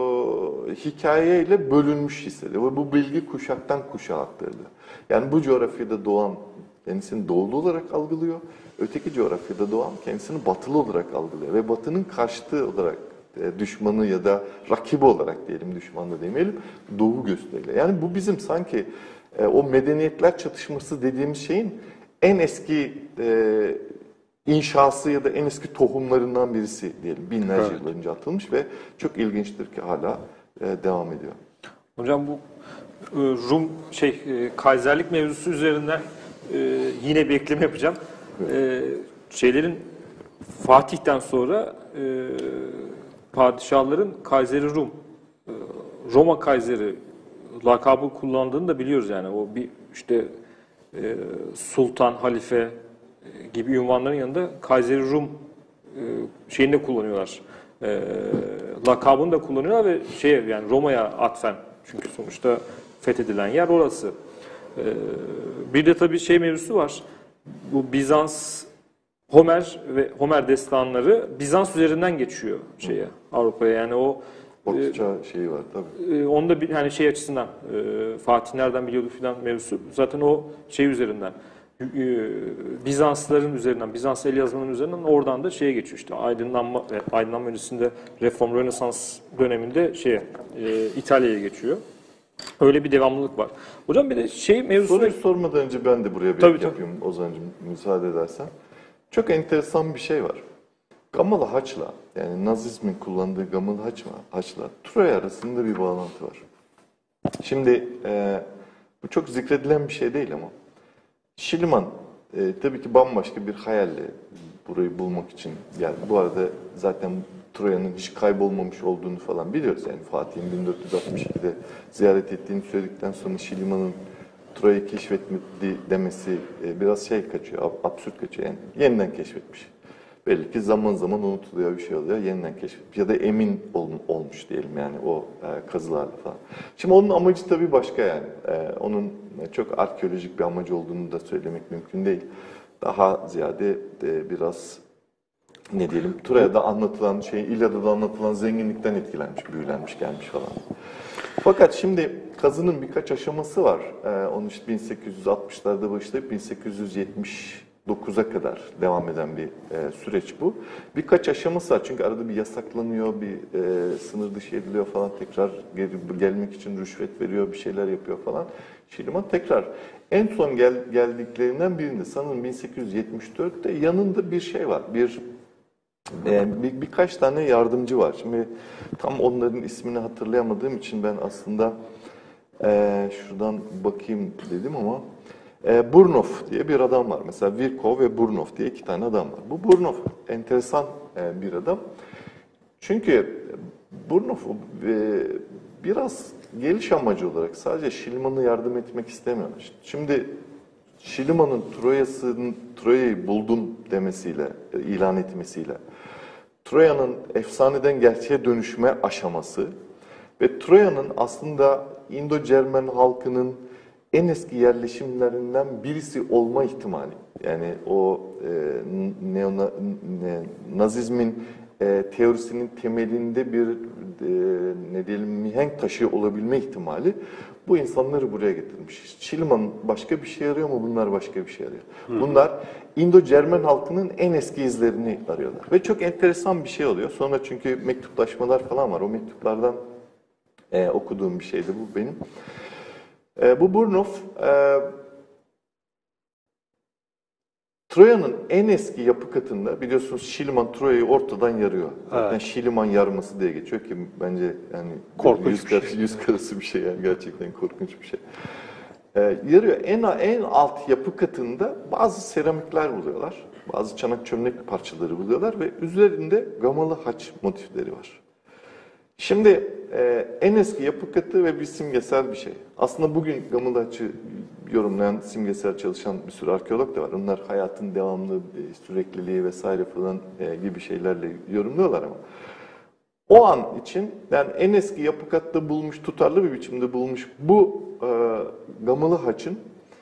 hikayeyle bölünmüş hissediyor ve bu bilgi kuşaktan kuşağa aktarılıyor. Yani bu coğrafyada doğan kendisini doğulu olarak algılıyor, öteki coğrafyada doğan kendisini batılı olarak algılıyor ve batının karşıtı olarak düşmanı ya da rakibi olarak diyelim, düşman da demeyelim, doğu gösteriyor. Yani bu bizim sanki o medeniyetler çatışması dediğimiz şeyin en eski inşası ya da en eski tohumlarından birisi diyelim. Binlerce yıl önce atılmış ve çok ilginçtir ki hala devam ediyor. Hocam bu Rum Kaiserlik mevzusu üzerinden yine bir ekleme yapacağım. Şeylerin Fatih'ten sonra padişahların Kayseri Rum, Roma Kayseri lakabı kullandığını da biliyoruz yani. O bir işte sultan, halife gibi unvanların yanında Kayseri Rum şeyini de kullanıyorlar. Lakabını da kullanıyorlar ve yani Roma'ya atfen. Çünkü sonuçta fethedilen yer orası. Bir de tabii mevzusu var. Bu Bizans, Homer destanları Bizans üzerinden geçiyor Avrupa'ya. Yani o Ortaçağ şeyi var tabii. Onda bir hani açısından Fatih nereden biliyordu filan mevzusu. Zaten o üzerinden Bizansların üzerinden, Bizans el yazmanın üzerinden oradan da geçiyor işte. Aydınlanma öncesinde Reform, Rönesans döneminde İtalya'ya geçiyor. Öyle bir devamlılık var. Hocam bir de mevzusu... Soruyu sormadan önce ben de buraya bir yapayım Ozan'cığım, müsaade edersen. Çok enteresan bir şey var. Gamalı Haç'la, yani Nazizmin kullandığı Gamalı Haç'la Troya arasında bir bağlantı var. Şimdi bu çok zikredilen bir şey değil ama Şiliman tabii ki bambaşka bir hayalle burayı bulmak için geldi. Bu arada zaten Troya'nın hiç kaybolmamış olduğunu falan biliyoruz. Yani Fatih'in 1462'de ziyaret ettiğini söyledikten sonra Şiliman'ın Troya'yı keşfetmedi demesi biraz şey kaçıyor, absürt kaçıyor. Yani yeniden keşfetmiş. Belli ki zaman zaman unutuluyor, bir şey oluyor, yeniden keşfetmiş. Ya da emin olmuş diyelim yani o kazılarla falan. Şimdi onun amacı tabii başka yani. Onun çok arkeolojik bir amacı olduğunu da söylemek mümkün değil. Daha ziyade biraz ne diyelim, Troya'da anlatılan şey, İlyada'da da anlatılan zenginlikten etkilenmiş, büyülenmiş, gelmiş falan. Fakat şimdi kazının birkaç aşaması var. Onu işte 1860'larda başlayıp 1879'a kadar devam eden bir süreç bu. Birkaç aşaması var çünkü arada bir yasaklanıyor, bir sınır dışı ediliyor falan, tekrar gelmek için rüşvet veriyor, bir şeyler yapıyor falan. Şiliman tekrar en son geldiklerinden birinde sanırım 1874'te yanında bir şey var, birkaç tane yardımcı var. Şimdi tam onların ismini hatırlayamadığım için ben aslında şuradan bakayım dedim ama Burnov diye bir adam var. Mesela Virkov ve Burnov diye iki tane adam var. Bu Burnov enteresan bir adam. Çünkü Burnov biraz geliş amacı olarak sadece Şiliman'a yardım etmek istemiyor. Şimdi Şiliman'ın Troya'yı buldum demesiyle, ilan etmesiyle, Troya'nın efsaneden gerçeğe dönüşme aşaması ve Troya'nın aslında İndo-Cermen halkının en eski yerleşimlerinden birisi olma ihtimali. Yani o Nazizmin teorisinin temelinde bir ne diyelim mihenk taşı olabilme ihtimali bu insanları buraya getirmiş. Şiliman başka bir şey arıyor mu? Bunlar başka bir şey arıyor. Bunlar İndo-Cermen halkının en eski izlerini arıyorlar. Ve çok enteresan bir şey oluyor. Sonra çünkü mektuplaşmalar falan var. O mektuplardan okuduğum bir şeydi bu benim. Bu Burnov Troya'nın en eski yapı katında, biliyorsunuz Şiliman Troya'yı ortadan yarıyor. Zaten evet. Şiliman yarması diye geçiyor ki bence yani yüz karası bir şey yani, gerçekten korkunç bir şey. Yarıyor. En alt yapı katında bazı seramikler buluyorlar. Bazı çanak çömlek parçaları buluyorlar ve üzerinde gamalı haç motifleri var. Şimdi en eski yapı katı ve bir simgesel bir şey. Aslında bugün gamalı haçı yorumlayan, simgesel çalışan bir sürü arkeolog da var. Onlar hayatın devamlı sürekliliği vesaire falan gibi şeylerle yorumluyorlar ama o an için yani en eski yapı katta bulmuş, tutarlı bir biçimde bulmuş bu gamalı haçın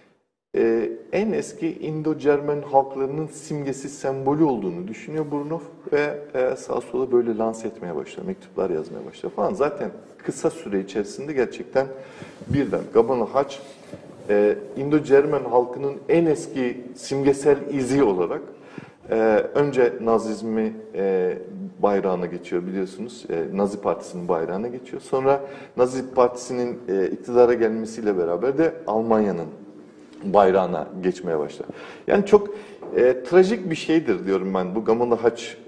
en eski İndo-Cermen halklarının simgesi, sembolü olduğunu düşünüyor Burnov ve sağa sola böyle lanse etmeye başlıyor, mektuplar yazmaya başlıyor falan. Zaten kısa süre içerisinde gerçekten birden gamalı haç İndo-Cermen halkının en eski simgesel izi olarak önce Nazizmi bayrağına geçiyor biliyorsunuz. Nazi Partisi'nin bayrağına geçiyor. Sonra Nazi Partisi'nin iktidara gelmesiyle beraber de Almanya'nın bayrağına geçmeye başlar. Yani çok trajik bir şeydir diyorum ben bu gamalı haç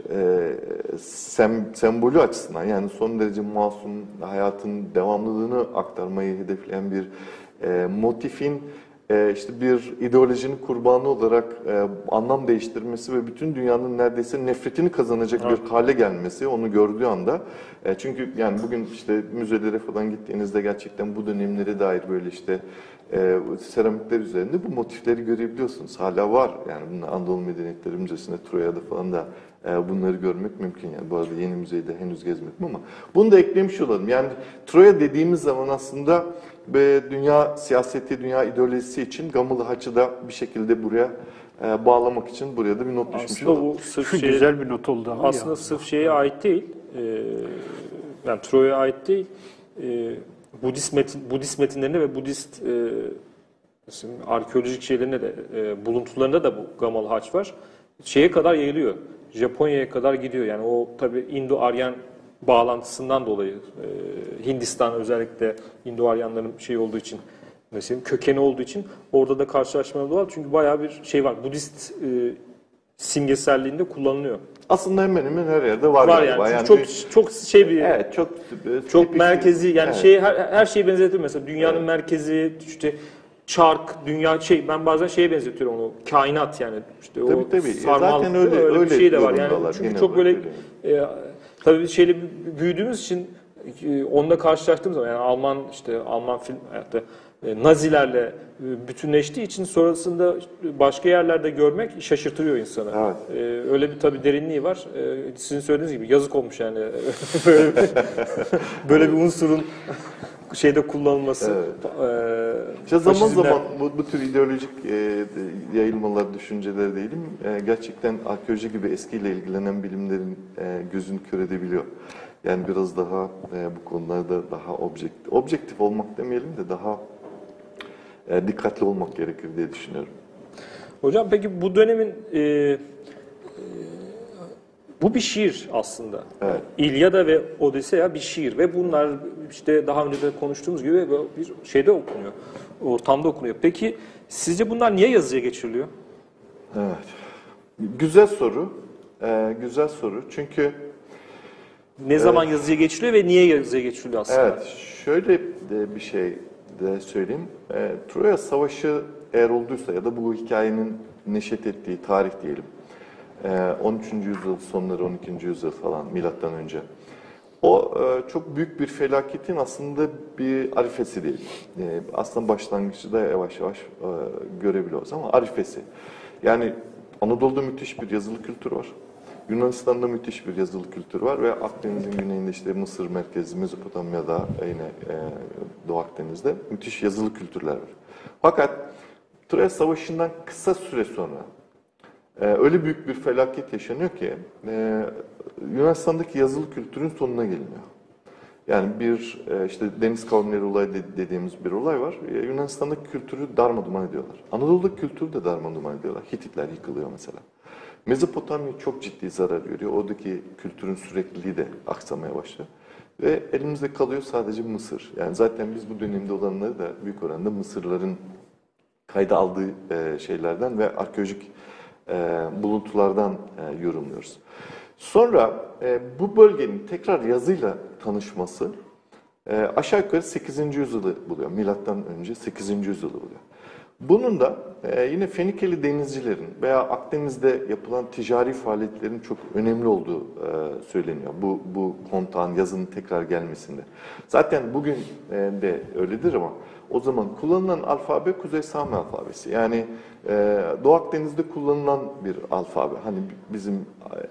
sembolü açısından. Yani son derece masum, hayatın devamlılığını aktarmayı hedefleyen bir motifin işte bir ideolojinin kurbanı olarak anlam değiştirmesi ve bütün dünyanın neredeyse nefretini kazanacak bir hale gelmesi onu gördüğü anda. Çünkü yani bugün işte müzelere falan gittiğinizde gerçekten bu dönemlere dair böyle işte seramikler üzerinde bu motifleri görebiliyorsunuz. Hala var yani bunlar Anadolu Medeniyetleri Müzesi'nde, Troya'da falan da bunları görmek mümkün. Yani bu arada yeni müzeyi de henüz gezmedim ama bunu da eklemiş olalım. Yani Troya dediğimiz zaman aslında dünya siyaseti, dünya ideolojisi için gamalı haçı da bir şekilde buraya bağlamak için buraya da bir not düşmüş olalım. Bu sırf güzel bir not oldu ama aslında sırf şeye ait değil. Yani Troya'ya ait değil. Budist metinlerinde ve Budist arkeolojik şeylerinde de buluntularında da bu gamalı haç var. Şeye kadar yayılıyor. Japonya'ya kadar gidiyor. Yani o tabii Indo-Aryan bağlantısından dolayı Hindistan özellikle Indo-Aryanların şey olduğu için mesela kökeni olduğu için orada da karşılaşmalar var. Çünkü bayağı bir şey var. Budist simgeselliğinde kullanılıyor. Aslında hemen hemen her yerde var galiba. Yani çok şey bir evet, çok merkezi yani evet. Her şeyi benzetiyor mesela dünyanın evet. merkezi işte çark, dünya ben bazen şeye benzetiyorum onu. Kainat yani işte tabii. Sarmal zaten öyle bir şey de var yani. Çünkü çok böyle Tabii biz şeyle büyüdüğümüz için onunla karşılaştığımız zaman yani Alman film hayatta Nazilerle bütünleştiği için sonrasında başka yerlerde görmek şaşırtıyor insanı. Evet. Öyle bir tabii derinliği var. Sizin söylediğiniz gibi yazık olmuş yani böyle bir, böyle bir unsurun şeyde kullanılması. Evet. İşte zaman zaman bu tür ideolojik yayılmalar, düşünceler diyelim, gerçekten arkeoloji gibi eskiyle ilgilenen bilimlerin gözünü kör edebiliyor. Yani biraz daha bu konularda daha objektif olmak demeyelim de daha dikkatli olmak gerekir diye düşünüyorum. Hocam peki bu dönemin bu bir şiir aslında. Evet. İlyada ve Odisea bir şiir ve bunlar işte daha önce de konuştuğumuz gibi bir şeyde okunuyor. Ortamda okunuyor. Peki sizce bunlar niye yazıya geçiriliyor? Evet. Güzel soru. Güzel soru. Çünkü Ne zaman yazıya geçiriliyor ve niye yazıya geçiriliyor aslında? evet, şöyle de bir şey de söyleyeyim. Troya Savaşı eğer olduysa ya da bu hikayenin neşet ettiği tarih diyelim. 13. yüzyıl sonları, 12. yüzyıl falan milattan önce. O çok büyük bir felaketin aslında bir arifesi değil. Aslında başlangıcı da yavaş yavaş görebiliyoruz ama arifesi. Yani Anadolu'da müthiş bir yazılı kültür var. Yunanistan'da müthiş bir yazılı kültür var ve Akdeniz'in güneyinde işte Mısır merkezi, Mezopotamya'da yine Doğu Akdeniz'de müthiş yazılı kültürler var. Fakat Troya Savaşı'ndan kısa süre sonra öyle büyük bir felaket yaşanıyor ki Yunanistan'daki yazılı kültürün sonuna geliniyor. Yani bir işte deniz kavimleri olayı dediğimiz bir olay var. Yunanistan'daki kültürü darmadağın ediyorlar. Anadolu'daki kültürü de darmadağın ediyorlar. Hititler yıkılıyor mesela. Mezopotamya çok ciddi zarar görüyor. Oradaki kültürün sürekliliği de aksamaya başlıyor. Ve elimizde kalıyor sadece Mısır. Yani zaten biz bu dönemde olanları da büyük oranda Mısırların kayda aldığı şeylerden ve arkeolojik buluntulardan yorumluyoruz. Sonra bu bölgenin tekrar yazıyla tanışması aşağı yukarı 8. yüzyılı buluyor. Milattan önce 8. yüzyılı buluyor. Bunun da yine Fenikeli denizcilerin veya Akdeniz'de yapılan ticari faaliyetlerin çok önemli olduğu söyleniyor. Bu kontağın yazının tekrar gelmesinde. Zaten bugün de öyledir ama o zaman kullanılan alfabe Kuzey Sami alfabesi. Yani Doğu Akdeniz'de kullanılan bir alfabe. Hani bizim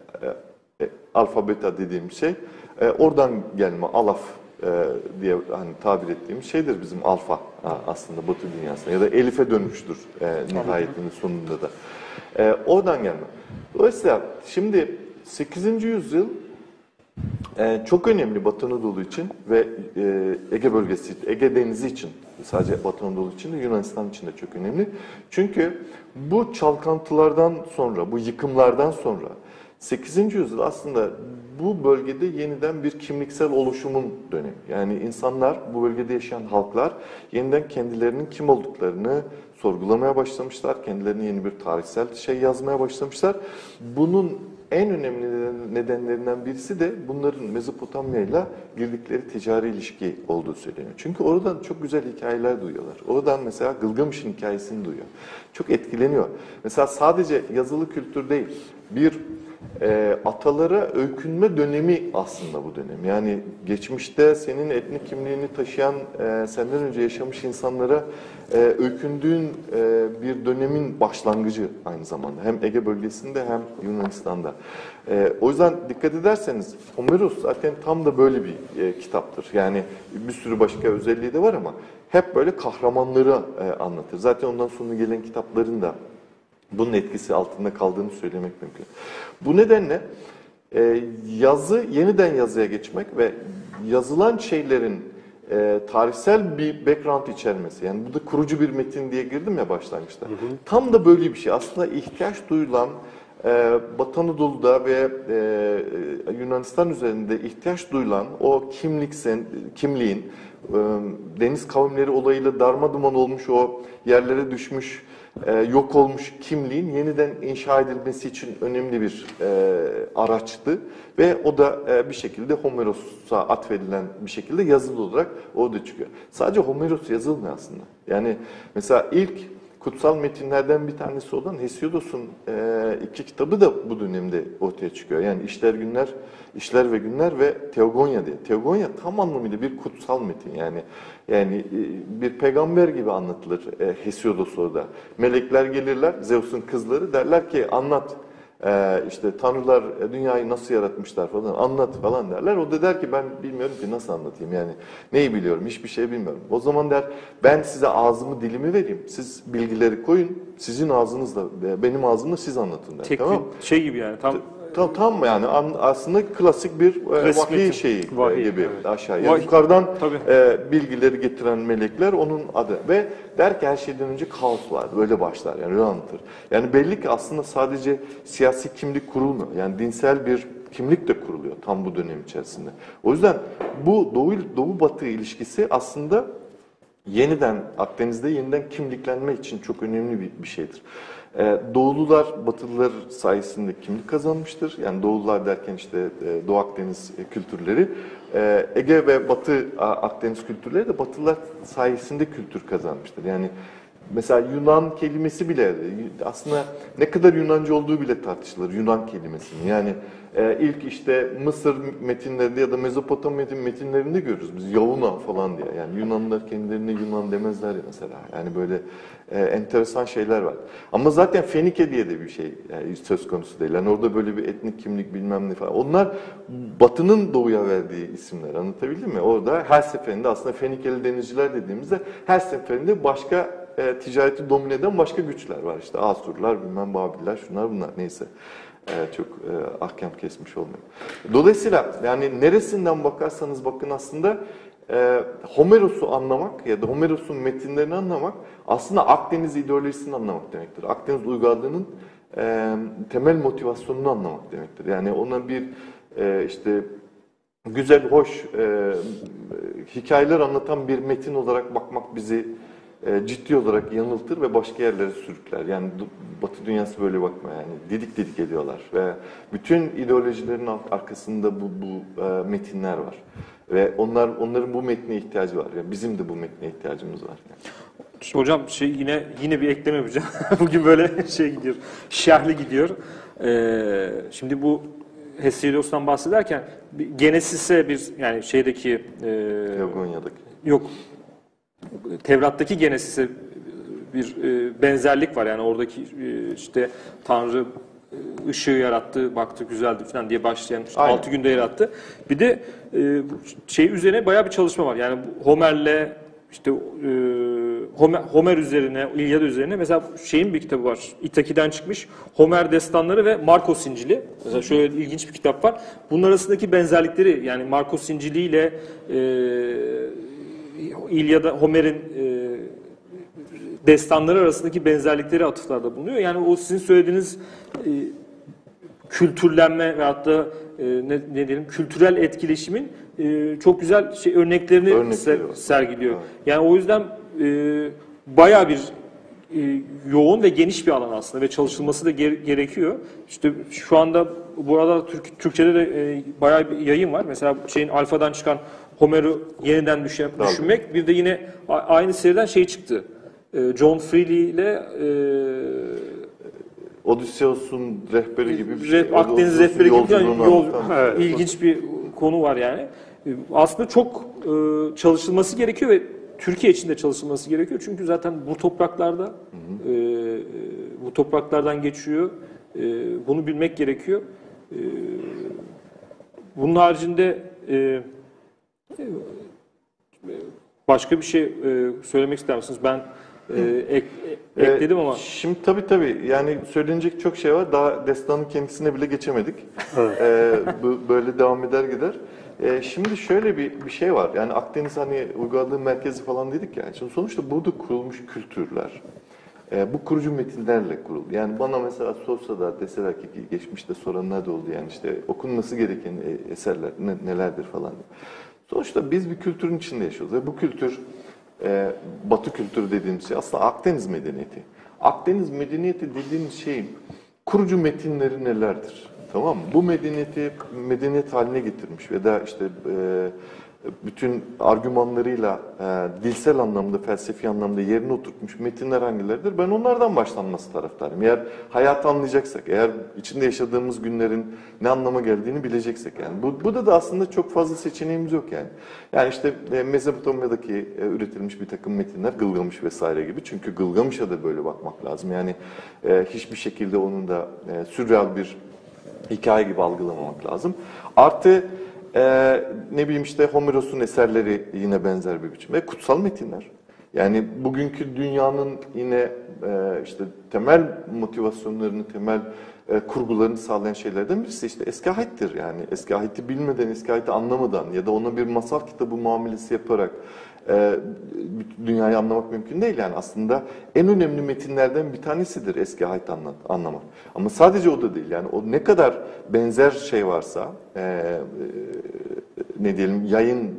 alfabeta dediğimiz şey oradan gelme alaf diye hani tabir ettiğimiz şeydir bizim alfa aslında Batı dünyasında ya da elife dönmüştür nihayetinin sonunda da. Oradan gelme. Dolayısıyla şimdi 8. yüzyıl çok önemli Batı Anadolu için ve Ege bölgesi, Ege Denizi için, sadece Batı Anadolu için de Yunanistan için de çok önemli. Çünkü bu çalkantılardan sonra, bu yıkımlardan sonra 8. yüzyıl aslında bu bölgede yeniden bir kimliksel oluşumun dönemi. Yani insanlar, bu bölgede yaşayan halklar yeniden kendilerinin kim olduklarını sorgulamaya başlamışlar. Kendilerine yeni bir tarihsel şey yazmaya başlamışlar. Bunun en önemli nedenlerinden birisi de bunların Mezopotamya ile girdikleri ticari ilişki olduğu söyleniyor. Çünkü oradan çok güzel hikayeler duyuyorlar. Oradan mesela Gılgamış'ın hikayesini duyuyor. Çok etkileniyor. Mesela sadece yazılı kültür değil, bir atalara öykünme dönemi aslında bu dönem. Yani geçmişte senin etnik kimliğini taşıyan, senden önce yaşamış insanlara öykündüğün bir dönemin başlangıcı aynı zamanda. Hem Ege bölgesinde hem Yunanistan'da. O yüzden dikkat ederseniz Homeros zaten tam da böyle bir kitaptır. Yani bir sürü başka özelliği de var ama hep böyle kahramanları anlatır. Zaten ondan sonra gelen kitapların da bunun etkisi altında kaldığını söylemek mümkün. Bu nedenle yazı, yeniden yazıya geçmek ve yazılan şeylerin tarihsel bir background içermesi. Yani burada kurucu bir metin diye girdim ya başlangıçta. Hı hı. Tam da böyle bir şey. Aslında ihtiyaç duyulan Batı Anadolu'da ve Yunanistan üzerinde ihtiyaç duyulan o kimliğin deniz kavimleri olayıyla darmadağın olmuş, o yerlere düşmüş, yok olmuş kimliğin yeniden inşa edilmesi için önemli bir araçtı. Ve o da bir şekilde Homeros'a atfedilen bir şekilde yazılı olarak orada çıkıyor. Sadece Homeros yazılmıyor aslında. Yani mesela ilk kutsal metinlerden bir tanesi olan Hesiodos'un 2 kitabı da bu dönemde ortaya çıkıyor. Yani İşler ve Günler ve Teogonya diye. Teogonya tam anlamıyla bir kutsal metin yani bir peygamber gibi anlatılır Hesiodos orada. Melekler gelirler, Zeus'un kızları derler ki anlat. İşte tanrılar dünyayı nasıl yaratmışlar falan anlat falan derler. O da der ki ben bilmiyorum ki nasıl anlatayım yani neyi biliyorum hiçbir şey bilmiyorum. O zaman der ben size ağzımı dilimi vereyim. Siz bilgileri koyun sizin ağzınızla benim ağzımla siz anlatın der. Tek tamam. şey gibi yani Tam yani aslında klasik bir vahiy şeyi gibi evet. aşağıya. Yani yukarıdan Tabii. bilgileri getiren melekler onun adı. Ve der ki her şeyden önce kaos var. Böyle başlar yani öyle anlatır. Yani belli ki aslında sadece siyasi kimlik kurulmuyor. Yani dinsel bir kimlik de kuruluyor tam bu dönem içerisinde. O yüzden bu Doğu-Batı ilişkisi aslında Akdeniz'de yeniden kimliklenme için çok önemli bir şeydir. Doğulular, Batılılar sayesinde kimlik kazanmıştır. Yani Doğulular derken işte Doğu Akdeniz kültürleri. Ege ve Batı Akdeniz kültürleri de Batılılar sayesinde kültür kazanmıştır. Yani mesela Yunan kelimesi bile aslında ne kadar Yunanca olduğu bile tartışılır Yunan kelimesinin. Yani ilk işte Mısır metinlerinde ya da Mezopotamya metinlerinde görürüz biz Yavuna falan diye. Yani Yunanlılar kendilerine Yunan demezler ya mesela. Yani böyle enteresan şeyler var. Ama zaten Fenike diye de bir şey söz konusu değil. Yani orada böyle bir etnik kimlik bilmem ne falan. Onlar Batı'nın Doğu'ya verdiği isimler. Anlatabildim mi? Orada her seferinde aslında Fenikeli denizciler dediğimizde her seferinde başka ticareti domine eden başka güçler var. İşte Asurlar, bilmem Babiller, şunlar bunlar neyse. Çok ahkam kesmiş olmayayım. Dolayısıyla yani neresinden bakarsanız bakın aslında Homeros'u anlamak ya da Homeros'un metinlerini anlamak aslında Akdeniz ideolojisini anlamak demektir. Akdeniz uygarlığının temel motivasyonunu anlamak demektir. Yani ona bir işte güzel, hoş hikayeler anlatan bir metin olarak bakmak bizi ciddi olarak yanıltır ve başka yerlere sürükler. Yani Batı dünyası böyle bakma yani didik didik ediyorlar ve bütün ideolojilerin arkasında bu metinler var ve onların bu metne ihtiyacı var. Yani bizim de bu metne ihtiyacımız var. Yani. Şimdi hocam yine bir ekleme yapacağım. Bugün böyle gidiyor. Şerhli gidiyor. Şimdi bu Hesiodos'tan bahsederken Genesis'e yani şeydeki Teogonya'daki. Yok. Tevrat'taki Genesis'e bir benzerlik var. Yani oradaki işte Tanrı ışığı yarattı, baktı güzeldi falan diye başlayan işte 6 günde yarattı. Bir de şey üzerine bayağı bir çalışma var. Yani Homer'le işte Homer üzerine, İlyada üzerine mesela şeyin bir kitabı var. İtaki'den çıkmış. Homer Destanları ve Markos İncil'i. Mesela şöyle ilginç bir kitap var. Bunun arasındaki benzerlikleri yani Markos İncil'i ile İlyada Homer'in destanları arasındaki benzerlikleri atıflarda bulunuyor. Yani o sizin söylediğiniz kültürlenme veyahut da ne diyelim kültürel etkileşimin çok güzel örneklerini sergiliyor. Evet. Yani o yüzden bayağı bir yoğun ve geniş bir alan aslında ve çalışılması da gerekiyor. İşte şu anda burada Türkçe'de de bayağı bir yayın var. Mesela Alfa'dan çıkan Homer'i yeniden düşünmek. Bir de yine aynı seriden çıktı. John Freely ile Odysseus'un rehberi gibi bir şey. Akdeniz rehberi gibi ilginç bir konu var yani. Aslında çok çalışılması gerekiyor ve Türkiye için de çalışılması gerekiyor. Çünkü zaten bu topraklarda bu topraklardan geçiyor. Bunu bilmek gerekiyor. Bunun haricinde başka bir şey söylemek ister misiniz? Ben ekledim ama. Şimdi tabii yani söylenecek çok şey var. Daha destanın kendisine bile geçemedik. Böyle devam eder gider. Şimdi şöyle bir şey var. Yani Akdeniz hani uygarlığın merkezi falan dedik ya. Şimdi sonuçta burada kurulmuş kültürler. Bu kurucu metinlerle kuruldu. Yani bana mesela sorsa da deseler ki geçmişte soranlar da oldu yani işte okunması gereken eserler nelerdir falan. Sonuçta biz bir kültürün içinde yaşıyoruz ve bu kültür Batı kültürü dediğimiz şey aslında Akdeniz medeniyeti. Akdeniz medeniyeti dediğimiz şeyin kurucu metinleri nelerdir? Tamam mı? Bu medeniyet haline getirmiş ve da işte bütün argümanlarıyla dilsel anlamda, felsefi anlamda yerine oturtmuş metinler hangileridir? Ben onlardan başlanması taraftarıyım. Eğer hayatı anlayacaksak, eğer içinde yaşadığımız günlerin ne anlama geldiğini bileceksek yani. Burada da aslında çok fazla seçeneğimiz yok yani. Yani işte Mezopotamya'daki üretilmiş bir takım metinler, Gılgamış vesaire gibi. Çünkü Gılgamış'a da böyle bakmak lazım. Yani hiçbir şekilde onun da sürreal bir hikaye gibi algılamamak lazım. Artı ne bileyim işte Homeros'un eserleri yine benzer bir biçim ve kutsal metinler. Yani bugünkü dünyanın yine işte temel motivasyonlarını, temel kurgularını sağlayan şeylerden birisi işte Eski Ahit'tir. Yani Eski Ahit'i bilmeden, Eski Ahit'i anlamadan ya da ona bir masal kitabı muamelesi yaparak dünyayı anlamak mümkün değil. Yani aslında en önemli metinlerden bir tanesidir Eski Ahit anlamak. Ama sadece o da değil. Yani o ne kadar benzer şey varsa, ne diyelim yayın,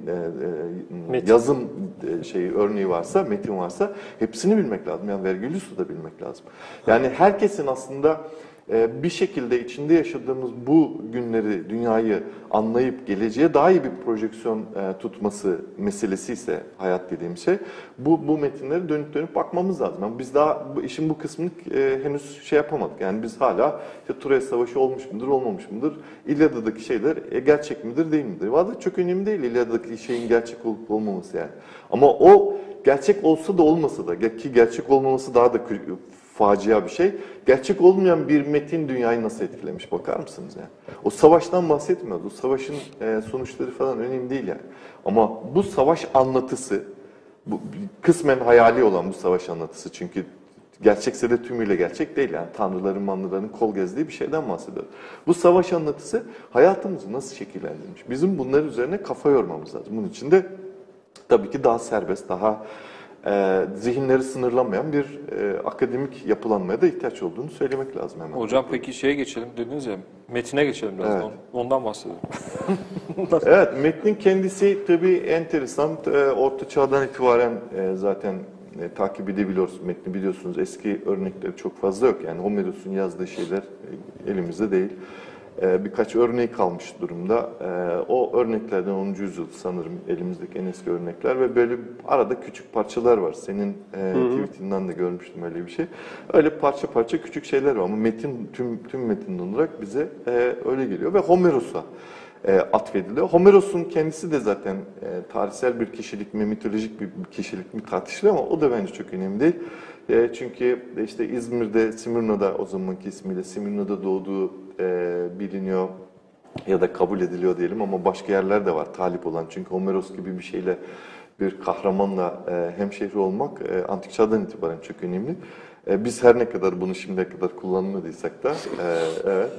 yazım örneği varsa, metin varsa hepsini bilmek lazım. Yani Vergilius'u da bilmek lazım. Yani herkesin aslında bir şekilde içinde yaşadığımız bu günleri, dünyayı anlayıp geleceğe daha iyi bir projeksiyon tutması meselesi ise hayat dediğim şey, bu metinleri dönüp bakmamız lazım. Yani biz daha işin bu kısmını henüz şey yapamadık. Yani biz hala işte Troya Savaşı olmuş mudur, olmamış mıdır? İlyada'daki şeyler gerçek midir, değil midir? Valla çok önemli değil İlyada'daki şeyin gerçek olup olmaması yani. Ama o gerçek olsa da olmasa da, ki gerçek olmaması daha da facia bir şey. Gerçek olmayan bir metin dünyayı nasıl etkilemiş bakar mısınız yani? O savaştan bahsetmiyoruz. O savaşın sonuçları falan önemli değil yani. Ama bu savaş anlatısı, bu kısmen hayali olan bu savaş anlatısı çünkü gerçekse de tümüyle gerçek değil yani. Tanrıların, manrıların kol gezdiği bir şeyden bahsediyoruz. Bu savaş anlatısı hayatımızı nasıl şekillendirmiş? Bizim bunlar üzerine kafa yormamız lazım. Bunun için de tabii ki daha serbest, daha zihinleri sınırlamayan bir akademik yapılanmaya da ihtiyaç olduğunu söylemek lazım hemen. Hocam peki şeye geçelim dediniz ya, metine geçelim biraz. Evet. Ondan bahsedelim. Evet, metnin kendisi tabii enteresan. Orta Çağ'dan itibaren zaten takip edebiliyoruz. Metni biliyorsunuz eski örnekleri çok fazla yok. Yani Homeros'un yazdığı şeyler elimizde değil. Birkaç örneği kalmış durumda. O örneklerden 10. yüzyıl sanırım elimizdeki en eski örnekler ve böyle arada küçük parçalar var. Senin tweetinden de görmüştüm öyle bir şey. Öyle parça parça küçük şeyler var ama metin tüm metin olarak bize öyle geliyor ve Homeros'a atfediliyor. Homeros'un kendisi de zaten tarihsel bir kişilik mi, mitolojik bir kişilik mi tartışılıyor ama o da bence çok önemli değil. Çünkü işte İzmir'de, Simirna'da o zamanki ismiyle Simirna'da doğduğu biliniyor ya da kabul ediliyor diyelim ama başka yerler de var talip olan. Çünkü Homeros gibi bir şeyle, bir kahramanla hemşehri olmak antik çağdan itibaren çok önemli. Biz her ne kadar bunu şimdiye kadar kullanmadıysak da evet.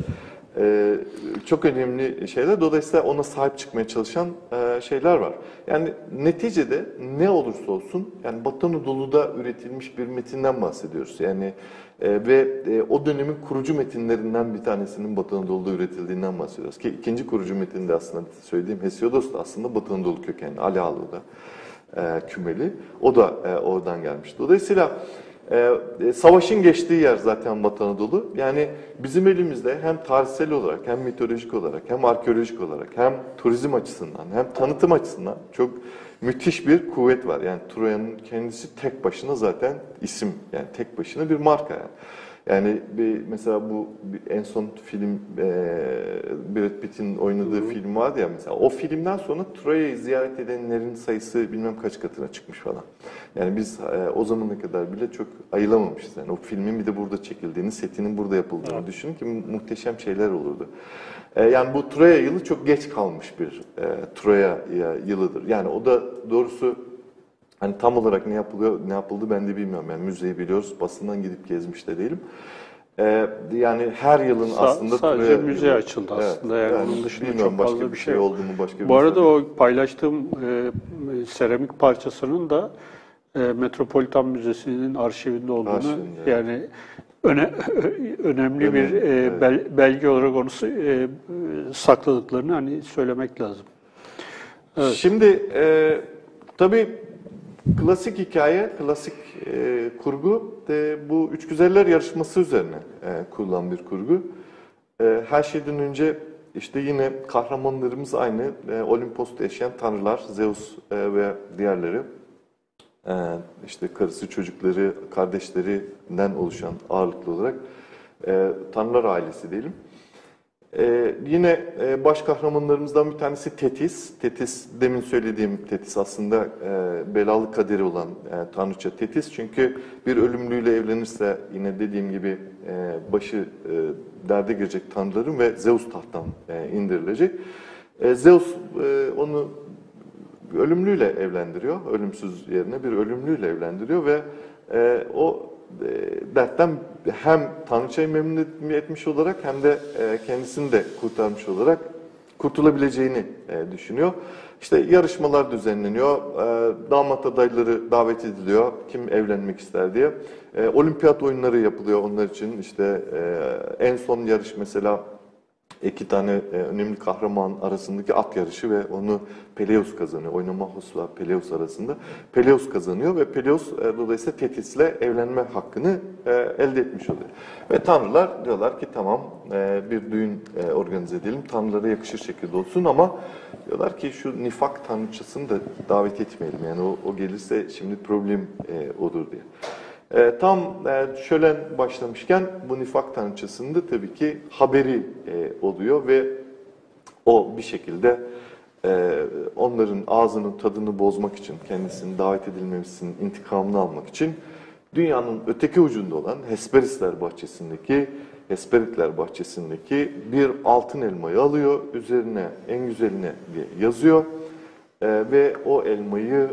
Çok önemli şeyler. Dolayısıyla ona sahip çıkmaya çalışan şeyler var. Yani neticede ne olursa olsun yani Batı Anadolu'da üretilmiş bir metinden bahsediyoruz. Yani ve o dönemin kurucu metinlerinden bir tanesinin Batı Anadolu'da üretildiğinden bahsediyoruz. Ki ikinci kurucu metinde aslında söylediğim Hesiodos da aslında Batı Anadolu kökenli, Ali Ağalı'da kümeli. O da oradan gelmiş. Dolayısıyla savaşın geçtiği yer zaten Batı Anadolu. Yani bizim elimizde hem tarihsel olarak, hem mitolojik olarak, hem arkeolojik olarak, hem turizm açısından, hem tanıtım açısından çok müthiş bir kuvvet var. Yani Troya'nın kendisi tek başına zaten isim, yani tek başına bir marka yani. Yani mesela bu en son film Brad Pitt'in oynadığı film vardı ya mesela. O filmden sonra Troya'yı ziyaret edenlerin sayısı bilmem kaç katına çıkmış falan. Yani biz o zamana kadar bile çok ayılamamışız. Yani o filmin bir de burada çekildiğini, setinin burada yapıldığını düşünün ki muhteşem şeyler olurdu. Yani bu Troya yılı çok geç kalmış bir Troya yılıdır. Yani o da doğrusu hani tam olarak ne yapıldı ben de bilmiyorum. Yani müzeyi biliyoruz, basından gidip gezmiş de değilim. Yani her yılın aslında sadece müze açıldı aslında. Yani onun dışında çok fazla bir şey yok. Oldu mu başka bir Bu arada o paylaştığım seramik parçasının da Metropolitan Müzesi'nin arşivinde olduğunu yani önemli bir belge olarak onu sakladıklarını hani söylemek lazım. Evet. Şimdi tabii klasik hikaye, klasik kurgu bu Üç Güzeller yarışması üzerine kurulan bir kurgu. Her şeyden önce işte yine kahramanlarımız aynı Olimpos'ta yaşayan tanrılar, Zeus ve diğerleri. İşte karısı, çocukları, kardeşlerinden oluşan ağırlıklı olarak tanrılar ailesi diyelim. Yine baş kahramanlarımızdan bir tanesi Tetis. Tetis, demin söylediğim Tetis aslında belalı kaderi olan tanrıça Tetis. Çünkü bir ölümlüyle evlenirse yine dediğim gibi başı derde girecek tanrıların ve Zeus tahttan indirilecek. Zeus onu ölümlüyle evlendiriyor. Ölümsüz yerine bir ölümlüyle evlendiriyor ve o dertten hem tanrıçayı memnun etmiş olarak hem de kendisini de kurtarmış olarak kurtulabileceğini düşünüyor. İşte yarışmalar düzenleniyor, damat adayları davet ediliyor, kim evlenmek ister diye. Olimpiyat oyunları yapılıyor onlar için. İşte en son yarış mesela iki tane önemli kahraman arasındaki at yarışı ve onu Peleus kazanıyor. Oinomachos'la Peleus arasında. Peleus kazanıyor ve Peleus dolayısıyla Tetis'le evlenme hakkını elde etmiş oluyor. Ve tanrılar diyorlar ki tamam bir düğün organize edelim. Tanrılara yakışır şekilde olsun ama diyorlar ki şu nifak tanrıçasını da davet etmeyelim. Yani o gelirse şimdi problem olur diye. Tam şölen başlamışken bu nifak tanrıçasının da tabii ki haberi oluyor ve o bir şekilde onların ağzının tadını bozmak için, kendisinin davet edilmemesinin intikamını almak için dünyanın öteki ucunda olan Hesperitler bahçesindeki bir altın elmayı alıyor, üzerine en güzeline diye yazıyor ve o elmayı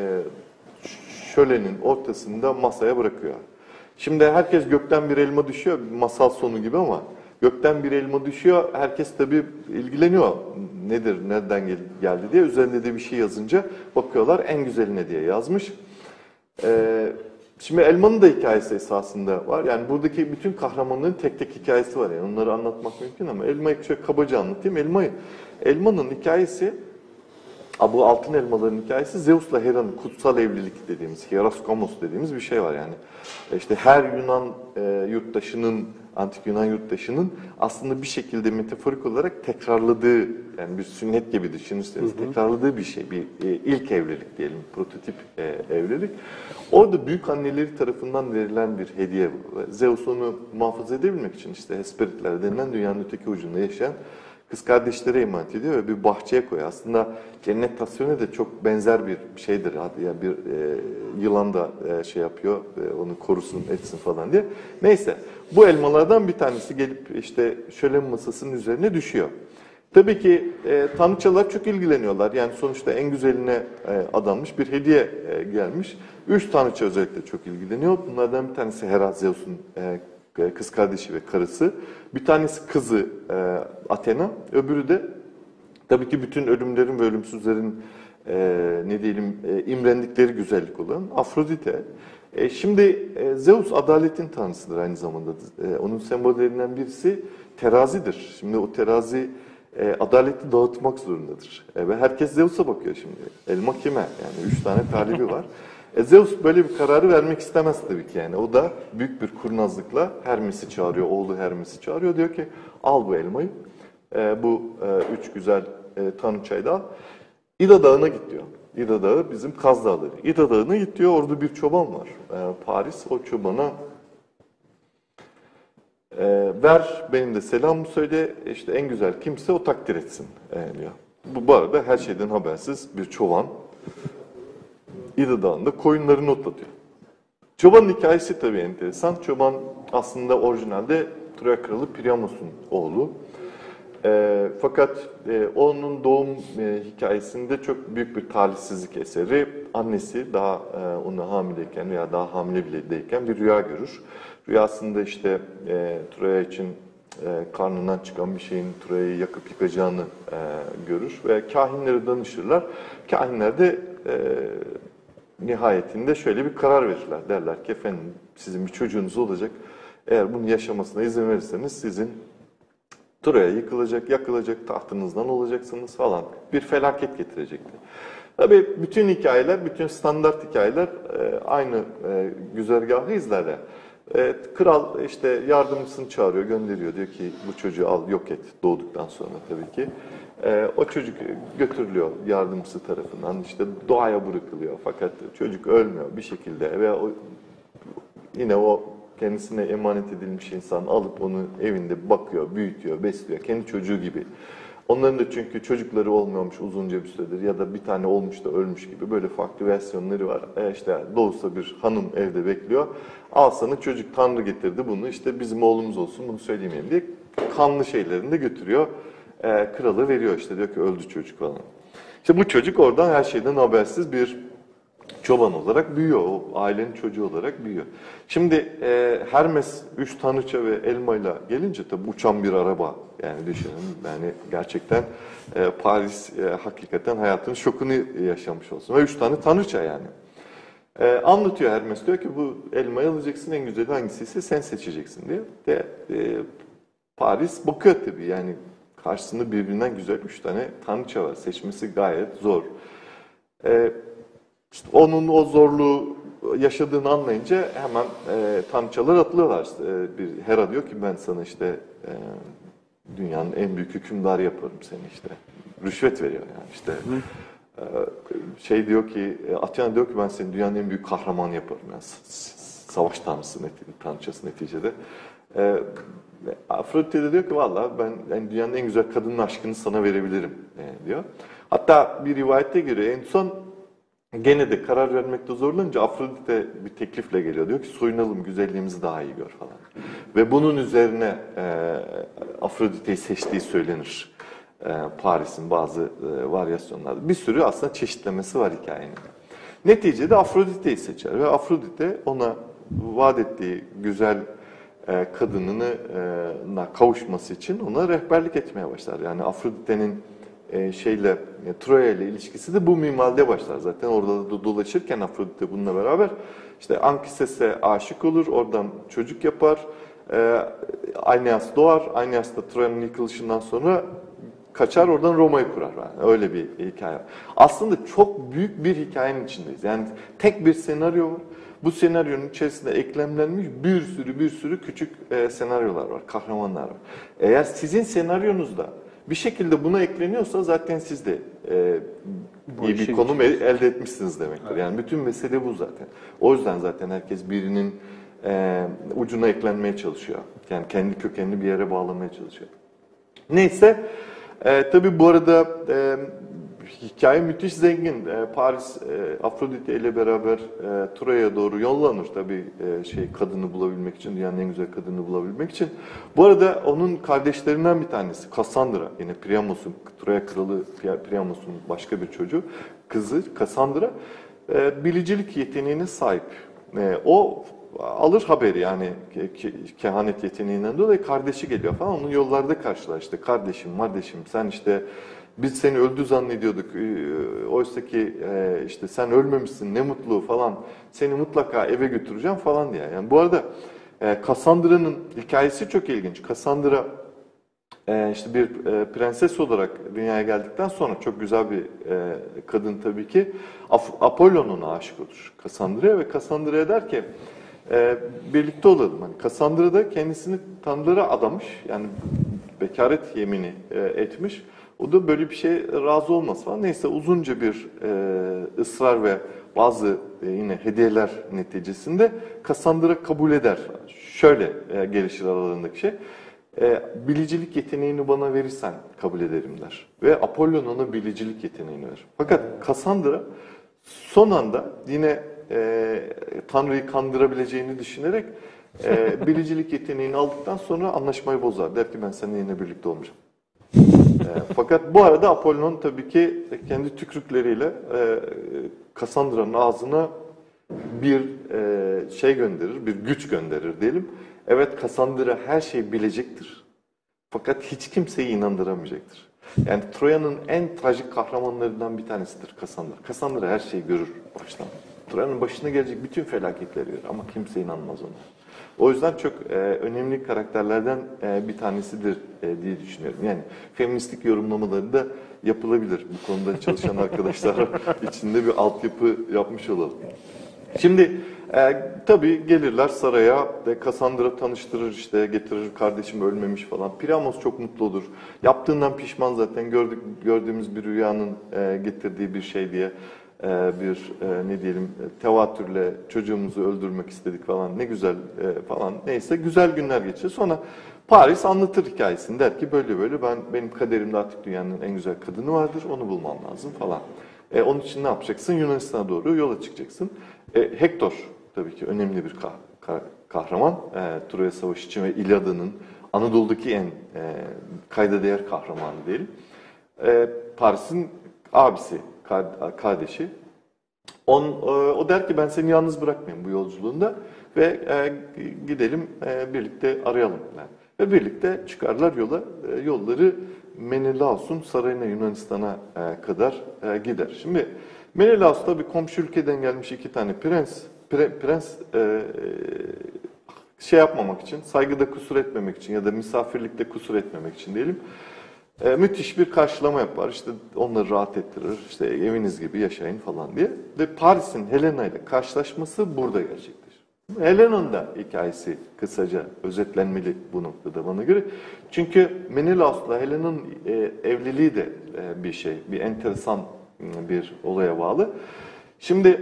şölenin ortasında masaya bırakıyor. Şimdi herkes gökten bir elma düşüyor, masal sonu gibi ama gökten bir elma düşüyor, herkes tabii ilgileniyor. Nedir, nereden geldi diye. Üzerinde de bir şey yazınca bakıyorlar en güzeline diye yazmış. Şimdi elmanın da hikayesi esasında var. Yani buradaki bütün kahramanların tek tek hikayesi var. Yani onları anlatmak mümkün ama elmayı şöyle kabaca anlatayım. Elmanın hikayesi, bu altın elmaların hikayesi Zeus'la Hera'nın kutsal evlilik dediğimiz, hieroskamos dediğimiz bir şey var yani. İşte her Yunan yurttaşının, antik Yunan yurttaşının aslında bir şekilde metaforik olarak tekrarladığı, yani bir sünnet gibi düşünürseniz tekrarladığı bir şey, bir ilk evlilik diyelim, prototip evlilik. Orada büyük anneleri tarafından verilen bir hediye. Zeus onu muhafaza edebilmek için işte Hesperitler denilen dünyanın öteki ucunda yaşayan kız kardeşlere emanet ediyor ve bir bahçeye koyuyor. Aslında cennet tasvirine de çok benzer bir şeydir. Yani bir yılan da şey yapıyor, onu korusun, etsin falan diye. Neyse, bu elmalardan bir tanesi gelip işte şölen masasının üzerine düşüyor. Tabii ki tanrıçalar çok ilgileniyorlar. Yani sonuçta en güzeline adanmış bir hediye gelmiş. 3 tanrıça özellikle çok ilgileniyor. Bunlardan bir tanesi Hera, Zeus'un kız kardeşi ve karısı. Bir tanesi kızı Athena, öbürü de tabii ki bütün ölümlerin ve ölümsüzlerin imrendikleri güzellik olan Afrodite. Şimdi Zeus adaletin tanrısıdır aynı zamanda. Onun sembollerinden birisi terazidir. Şimdi o terazi adaleti dağıtmak zorundadır. Ve herkes Zeus'a bakıyor şimdi. Elma kime? Yani 3 tane talibi var. Zeus böyle bir kararı vermek istemez tabii ki yani. O da büyük bir kurnazlıkla Hermes'i çağırıyor, oğlu Hermes'i çağırıyor. Diyor ki al bu elmayı, bu 3 güzel tanrıçayı da al. İda Dağı'na git diyor. İda Dağı bizim Kaz Dağları. İda Dağı'na git diyor, orada bir çoban var. Paris, o çobana ver benim de selamımı söyle, işte en güzel kimse o takdir etsin diyor. Bu arada her şeyden habersiz bir çoban İda Dağı'nda koyunlarını otlatıyor. Çobanın hikayesi tabii enteresan. Çoban aslında orijinalde Troya kralı Priamos'un oğlu. Fakat onun doğum hikayesinde çok büyük bir talihsizlik eseri. Annesi daha onu hamileyken veya daha hamile bile değilken bir rüya görür. Rüyasında işte Troya için karnından çıkan bir şeyin Troya'yı yakıp yıkacağını görür ve kahinlere danışırlar. Kahinler de nihayetinde şöyle bir karar verirler. Derler ki efendim sizin bir çocuğunuz olacak. Eğer bunu yaşamasına izin verirseniz sizin Troya yıkılacak, yakılacak, tahtınızdan olacaksınız falan. Bir felaket getirecekti. Tabii bütün hikayeler, bütün standart hikayeler aynı güzergahı izlerler. Kral işte yardımcısını çağırıyor, gönderiyor. Diyor ki bu çocuğu al, yok et. Doğduktan sonra tabii ki. O çocuk götürülüyor yardımcısı tarafından. İşte doğaya bırakılıyor. Fakat çocuk ölmüyor bir şekilde. Ve yine o kendisine emanet edilmiş insan alıp onu evinde bakıyor, büyütüyor, besliyor. Kendi çocuğu gibi. Onların da çünkü çocukları olmuyormuş uzunca bir süredir ya da bir tane olmuş da ölmüş gibi böyle farklı versiyonları var. İşte doğusa bir hanım evde bekliyor. Al sana çocuk, Tanrı getirdi bunu, işte bizim oğlumuz olsun, bunu söylemeyelim diye kanlı şeylerini de götürüyor. Kralı veriyor, işte diyor ki öldü çocuk falan. İşte bu çocuk oradan her şeyden habersiz bir çoban olarak büyüyor. O ailenin çocuğu olarak büyüyor. Şimdi Hermes 3 tanrıça ve elmayla gelince tabii uçan bir araba yani düşünün. Yani gerçekten Paris hakikaten hayatının şokunu yaşamış olsun. Ve 3 tane tanrıça yani. Anlatıyor Hermes, diyor ki bu elmayı alacaksın, en güzeli hangisiyse sen seçeceksin diye. Paris bakıyor tabii yani karşısında birbirinden güzel 3 tane tanrıça var. Seçmesi gayet zor. İşte onun o zorluğu yaşadığını anlayınca hemen tanrıçalar atılıyorlar. İşte, bir Hera diyor ki ben sana işte dünyanın en büyük hükümdarı yaparım seni işte. Rüşvet veriyor yani işte. Şey diyor ki Athena diyor ki ben seni dünyanın en büyük kahramanı yaparım yani savaş tanrıçası neticede. Afrodite de diyor ki valla ben dünyanın en güzel kadının aşkını sana verebilirim diyor. Hatta bir rivayette giriyor en son gene de karar vermekte zorlanınca Afrodite bir teklifle geliyor. Diyor ki soyunalım, güzelliğimizi daha iyi gör falan. Ve bunun üzerine Afrodite'yi seçtiği söylenir. Paris'in bazı varyasyonlarda. Bir sürü aslında çeşitlemesi var hikayenin. Neticede Afrodite'yi seçer ve Afrodite ona vaat ettiği güzel kadınına kavuşması için ona rehberlik etmeye başlar. Yani Afrodite'nin Troya ile ilişkisi de bu minvalde başlar. Zaten orada da dolaşırken Afrodite bununla beraber işte Ankhises'e aşık olur, oradan çocuk yapar. Aeneas doğar. Aeneas da Troya'nın yıkılışından sonra kaçar, oradan Roma'yı kurar. Yani öyle bir hikaye var. Aslında çok büyük bir hikayenin içindeyiz. Yani tek bir senaryo var. Bu senaryonun içerisinde eklemlenmiş bir sürü küçük senaryolar var, kahramanlar var. Eğer sizin senaryonuzda bir şekilde buna ekleniyorsa zaten siz de iyi bir konum elde etmişsiniz demektir. Evet. Yani bütün mesele bu zaten. O yüzden zaten herkes birinin ucuna eklenmeye çalışıyor. Yani kendi kökenini bir yere bağlamaya çalışıyor. Neyse, tabii bu arada hikaye müthiş zengin. Paris Afrodite ile beraber Troya'ya doğru yollanır tabii kadını bulabilmek için, dünyanın en güzel kadını bulabilmek için. Bu arada onun kardeşlerinden bir tanesi Cassandra, yine Priamos'un, Troya kralı Priamos'un başka bir çocuğu, kızı Cassandra bilicilik yeteneğine sahip. O alır haberi yani kehanet yeteneğinden dolayı kardeşi geliyor falan, onun yollarda karşılar işte kardeşim sen işte biz seni öldü zannediyorduk. Oysa ki işte sen ölmemişsin, ne mutlu falan. Seni mutlaka eve götüreceğim falan diye. Yani bu arada Cassandra'nın hikayesi çok ilginç. Cassandra işte bir prenses olarak dünyaya geldikten sonra çok güzel bir kadın tabii ki. Apollon ona aşık olur Cassandra'ya ve Cassandra'ya der ki birlikte olalım. Yani Cassandra da kendisini tanrılara adamış. Yani bekaret yemini etmiş. O da böyle bir şey razı olmaz falan. Neyse uzunca bir ısrar ve bazı yine hediyeler neticesinde Cassandra kabul eder. Şöyle gelişir aralarındaki şey. Bilicilik yeteneğini bana verirsen kabul ederim der. Ve Apollon ona bilicilik yeteneğini verir. Fakat Cassandra son anda yine Tanrı'yı kandırabileceğini düşünerek bilicilik yeteneğini aldıktan sonra anlaşmayı bozar. Der ki ben seninle yine birlikte olmayacağım. Fakat bu arada Apollon tabii ki kendi tükrükleriyle Cassandra'nın ağzına bir gönderir, bir güç gönderir diyelim. Evet, Cassandra her şeyi bilecektir. Fakat hiç kimseyi inandıramayacaktır. Yani Troya'nın en trajik kahramanlarından bir tanesidir Cassandra. Cassandra her şeyi görür baştan. Troya'nın başına gelecek bütün felaketleri görür ama kimse inanmaz ona. O yüzden çok önemli karakterlerden bir tanesidir diye düşünüyorum. Yani feministik yorumlamaları da yapılabilir. Bu konuda çalışan arkadaşlar içinde bir altyapı yapmış olalım. Şimdi tabii gelirler saraya ve Cassandra tanıştırır, işte getirir, kardeşim ölmemiş falan. Priamos çok mutlu olur. Yaptığından pişman zaten, gördüğümüz bir rüyanın getirdiği bir şey diye ne diyelim, tevatürle çocuğumuzu öldürmek istedik falan, ne güzel falan, neyse güzel günler geçiyor. Sonra Paris anlatır hikayesini, der ki böyle böyle benim kaderimde artık dünyanın en güzel kadını vardır, onu bulmam lazım falan. Onun için ne yapacaksın? Yunanistan'a doğru yola çıkacaksın. Hektor tabii ki önemli bir kahraman. Troya Savaşı için ve İlyada'nın Anadolu'daki en kayda değer kahramanı diyelim. Paris'in abisi, kardeşi. O der ki ben seni yalnız bırakmayayım bu yolculuğunda ve gidelim birlikte arayalım. Yani. Ve birlikte çıkarlar yola. Yolları Menelaos'un sarayına, Yunanistan'a kadar gider. Şimdi Menelaos tabii komşu ülkeden gelmiş iki tane prens şey yapmamak için, saygıda kusur etmemek için ya da misafirlikte kusur etmemek için diyelim. Müthiş bir karşılama yapar. İşte onları rahat ettirir. İşte eviniz gibi yaşayın falan diye. Ve Paris'in Helena ile karşılaşması burada gerçekleşir. Helena'nın da hikayesi kısaca özetlenmeli bu noktada bana göre. Çünkü Menelaos'la Helena'nın evliliği de bir enteresan bir olaya bağlı. Şimdi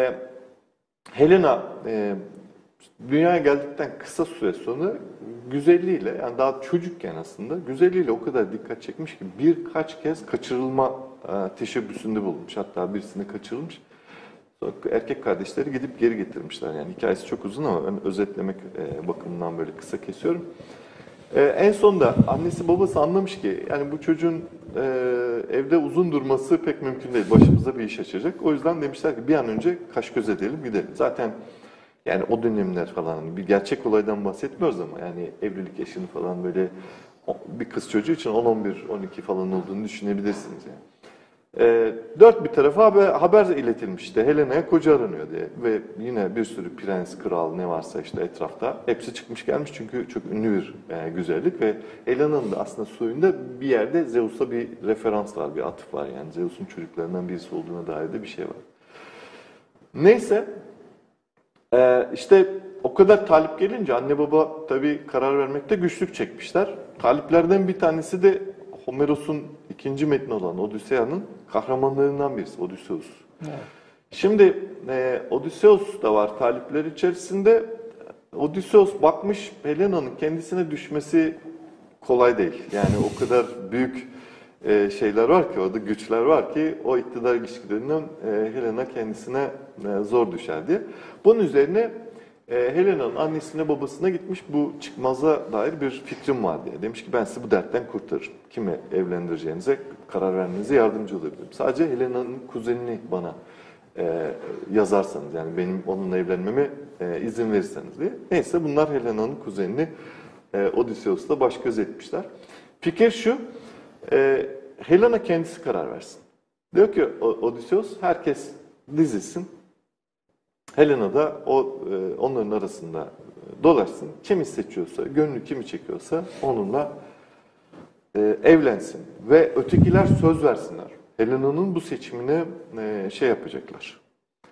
Helena dünyaya geldikten kısa süre sonra güzelliğiyle, yani daha çocukken aslında güzelliğiyle o kadar dikkat çekmiş ki birkaç kez kaçırılma teşebbüsünde bulunmuş. Hatta birisini kaçırılmış. Sonra erkek kardeşleri gidip geri getirmişler. Yani hikayesi çok uzun ama ben özetlemek bakımından böyle kısa kesiyorum. En sonunda annesi babası anlamış ki yani bu çocuğun evde uzun durması pek mümkün değil. Başımıza bir iş açacak. O yüzden demişler ki bir an önce kaş göz edelim gidelim. Zaten yani o dönemler falan bir gerçek olaydan bahsetmiyoruz ama yani evlilik yaşını falan böyle bir kız çocuğu için 10, 11, 12 falan olduğunu düşünebilirsiniz yani. Dört bir tarafa haber iletilmiş işte Helena'ya koca aranıyor diye ve yine bir sürü prens, kral ne varsa işte etrafta hepsi çıkmış gelmiş çünkü çok ünlü bir güzellik ve Helena'nın da aslında soyunda bir yerde Zeus'a bir referans var, bir atıf var yani Zeus'un çocuklarından birisi olduğuna dair de bir şey var. Neyse işte o kadar talip gelince anne baba tabii karar vermekte güçlük çekmişler. Taliplerden bir tanesi de Homeros'un ikinci metni olan Odyssea'nın kahramanlarından birisi Odysseus. Evet. Şimdi Odysseus da var talipler içerisinde. Odysseus bakmış Helena'nın kendisine düşmesi kolay değil. Yani o kadar büyük şeyler var ki, orada güçler var ki o iktidar ilişkilerinden Helena kendisine zor düşer diye. Bunun üzerine Helena'nın annesine babasına gitmiş bu çıkmaza dair bir fikrim var diye. Demiş ki ben sizi bu dertten kurtarırım. Kimi evlendireceğinize karar vermenize yardımcı olabilirim. Sadece Helena'nın kuzenini bana yazarsanız yani benim onunla evlenmeme izin verirseniz diye. Neyse bunlar Helena'nın kuzenini Odysseus'la baş göz etmişler. Fikir şu, Helena kendisi karar versin. Diyor ki Odysseus herkes dizilsin. Helena da onların arasında dolaşsın. Kimi seçiyorsa, gönlü kimi çekiyorsa onunla evlensin. Ve ötekiler söz versinler. Helena'nın bu seçimine şey yapacaklar.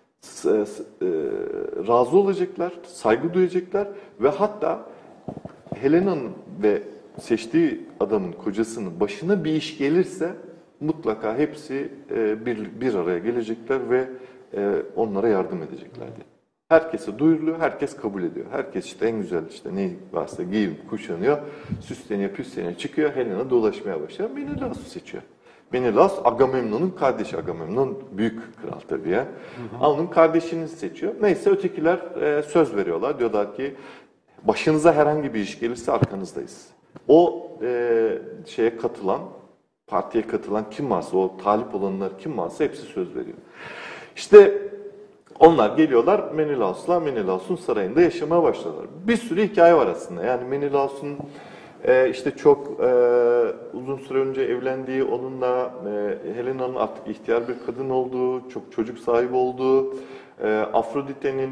Razı olacaklar, saygı duyacaklar ve hatta Helena'nın ve seçtiği adamın, kocasının başına bir iş gelirse mutlaka hepsi bir araya gelecekler ve onlara yardım edecekler diye. Herkese duyuruluyor, herkes kabul ediyor. Herkes işte en güzel işte ne varsa giyip kuşanıyor, süsleniyor, püsleniyor, çıkıyor, Helena dolaşmaya başlıyor. Menelaos'u seçiyor. Menelaos Agamemnon'un kardeşi. Agamemnon büyük kral tabii ya. Ama onun kardeşini seçiyor. Neyse ötekiler söz veriyorlar. Diyorlar ki başınıza herhangi bir iş gelirse arkanızdayız. O şeye katılan, partiye katılan kim varsa, o talip olanlar kim varsa hepsi söz veriyor. İşte onlar geliyorlar Menelaos'un sarayında yaşamaya başlıyorlar. Bir sürü hikaye var aslında. Yani Menelaos'un işte çok uzun süre önce evlendiği, onunla Helena'nın artık ihtiyar bir kadın olduğu, çok çocuk sahibi olduğu, Afrodite'nin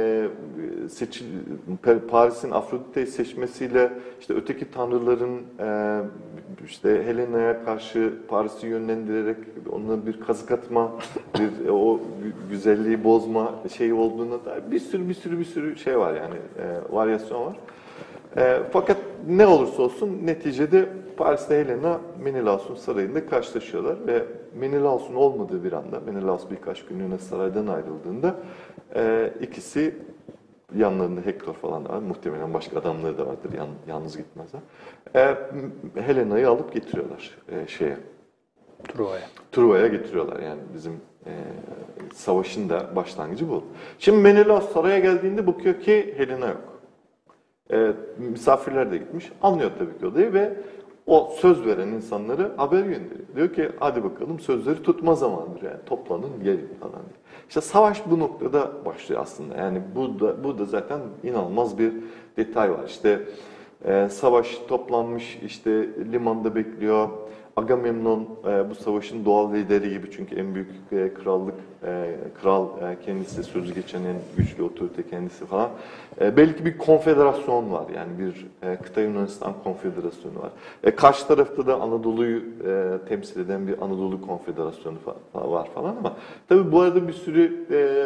Paris'in Afrodite'yi seçmesiyle işte öteki tanrıların işte Helena'ya karşı Paris'i yönlendirerek ona bir kazık atma, o güzelliği bozma şeyi olduğuna dair bir sürü şey var yani varyasyon var. Fakat ne olursa olsun neticede Paris'te Helena Menelaus'un sarayında karşılaşıyorlar ve Menelaus'un olmadığı bir anda, Menelaus birkaç günlüğüne saraydan ayrıldığında ikisi yanlarında Hektor falan da var, muhtemelen başka adamları da vardır, yalnız gitmezler. Helena'yı alıp getiriyorlar Truva'ya getiriyorlar yani bizim savaşın da başlangıcı bu. Şimdi Menelaus saraya geldiğinde bakıyor ki Helena yok. Misafirler de gitmiş. Anlıyor tabii ki olayı ve o söz veren insanları haber gönderiyor. Diyor ki hadi bakalım sözleri tutma zamanıdır yani toplanın gelin falan diye. İşte savaş bu noktada başlıyor aslında. Yani bu da zaten inanılmaz bir detay var. İşte savaş toplanmış işte limanda bekliyor. Agamemnon bu savaşın doğal lideri gibi çünkü en büyük kral kendisi, sözü geçen en güçlü otorite kendisi falan. Belki bir konfederasyon var yani bir kıta Yunanistan konfederasyonu var. Karşı tarafta da Anadolu'yu temsil eden bir Anadolu konfederasyonu var falan ama tabii bu arada bir sürü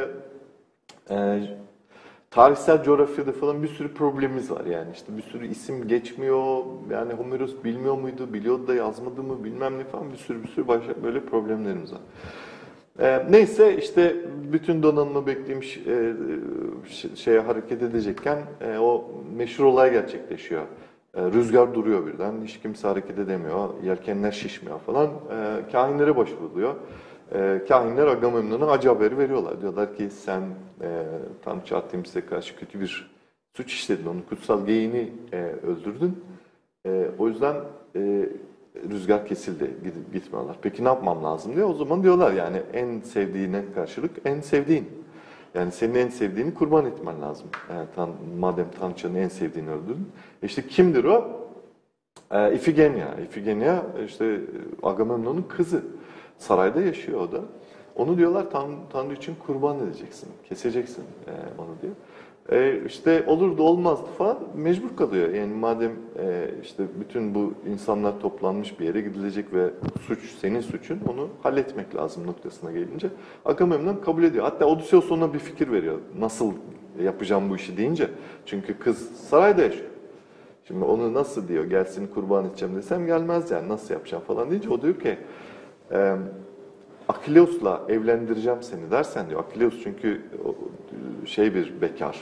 tarihsel coğrafyada falan bir sürü problemimiz var yani işte bir sürü isim geçmiyor yani Homeros bilmiyor muydu, biliyordu da yazmadı mı bilmem ne falan bir sürü başka böyle problemlerimiz var. Neyse işte bütün donanma beklemiş şeye hareket edecekken o meşhur olay gerçekleşiyor. Rüzgar duruyor birden, hiç kimse hareket edemiyor, yelkenler şişmiyor falan. Kahinlere başvuruluyor. Kahinler Agamemnon'a acı haberi veriyorlar. Diyorlar ki sen Tanrıça Artemis'e karşı kötü bir suç işledin, onun kutsal geyiğini öldürdün. O yüzden rüzgar kesildi, gitmiyorlar. Peki ne yapmam lazım diye. O zaman diyorlar yani en sevdiğine karşılık en sevdiğin. Yani senin en sevdiğini kurban etmen lazım. Madem Tanrıçanın en sevdiğini öldürdün. İşte kimdir o? İfigenia. İfigenia işte Agamemnon'un kızı. Sarayda yaşıyor o da. Onu diyorlar Tanrı için kurban edeceksin, keseceksin onu diyor. İşte olur da olmazdı falan mecbur kalıyor. Yani madem işte bütün bu insanlar toplanmış bir yere gidilecek ve suç senin suçun onu halletmek lazım noktasına gelince Agamemnon kabul ediyor. Hatta Odysseus ona bir fikir veriyor. Nasıl yapacağım bu işi deyince. Çünkü kız sarayda yaşıyor. Şimdi onu nasıl diyor gelsin kurban edeceğim desem gelmez yani nasıl yapacağım falan deyince o diyor ki Akileus'la evlendireceğim seni dersen diyor. Akileus çünkü bir bekar.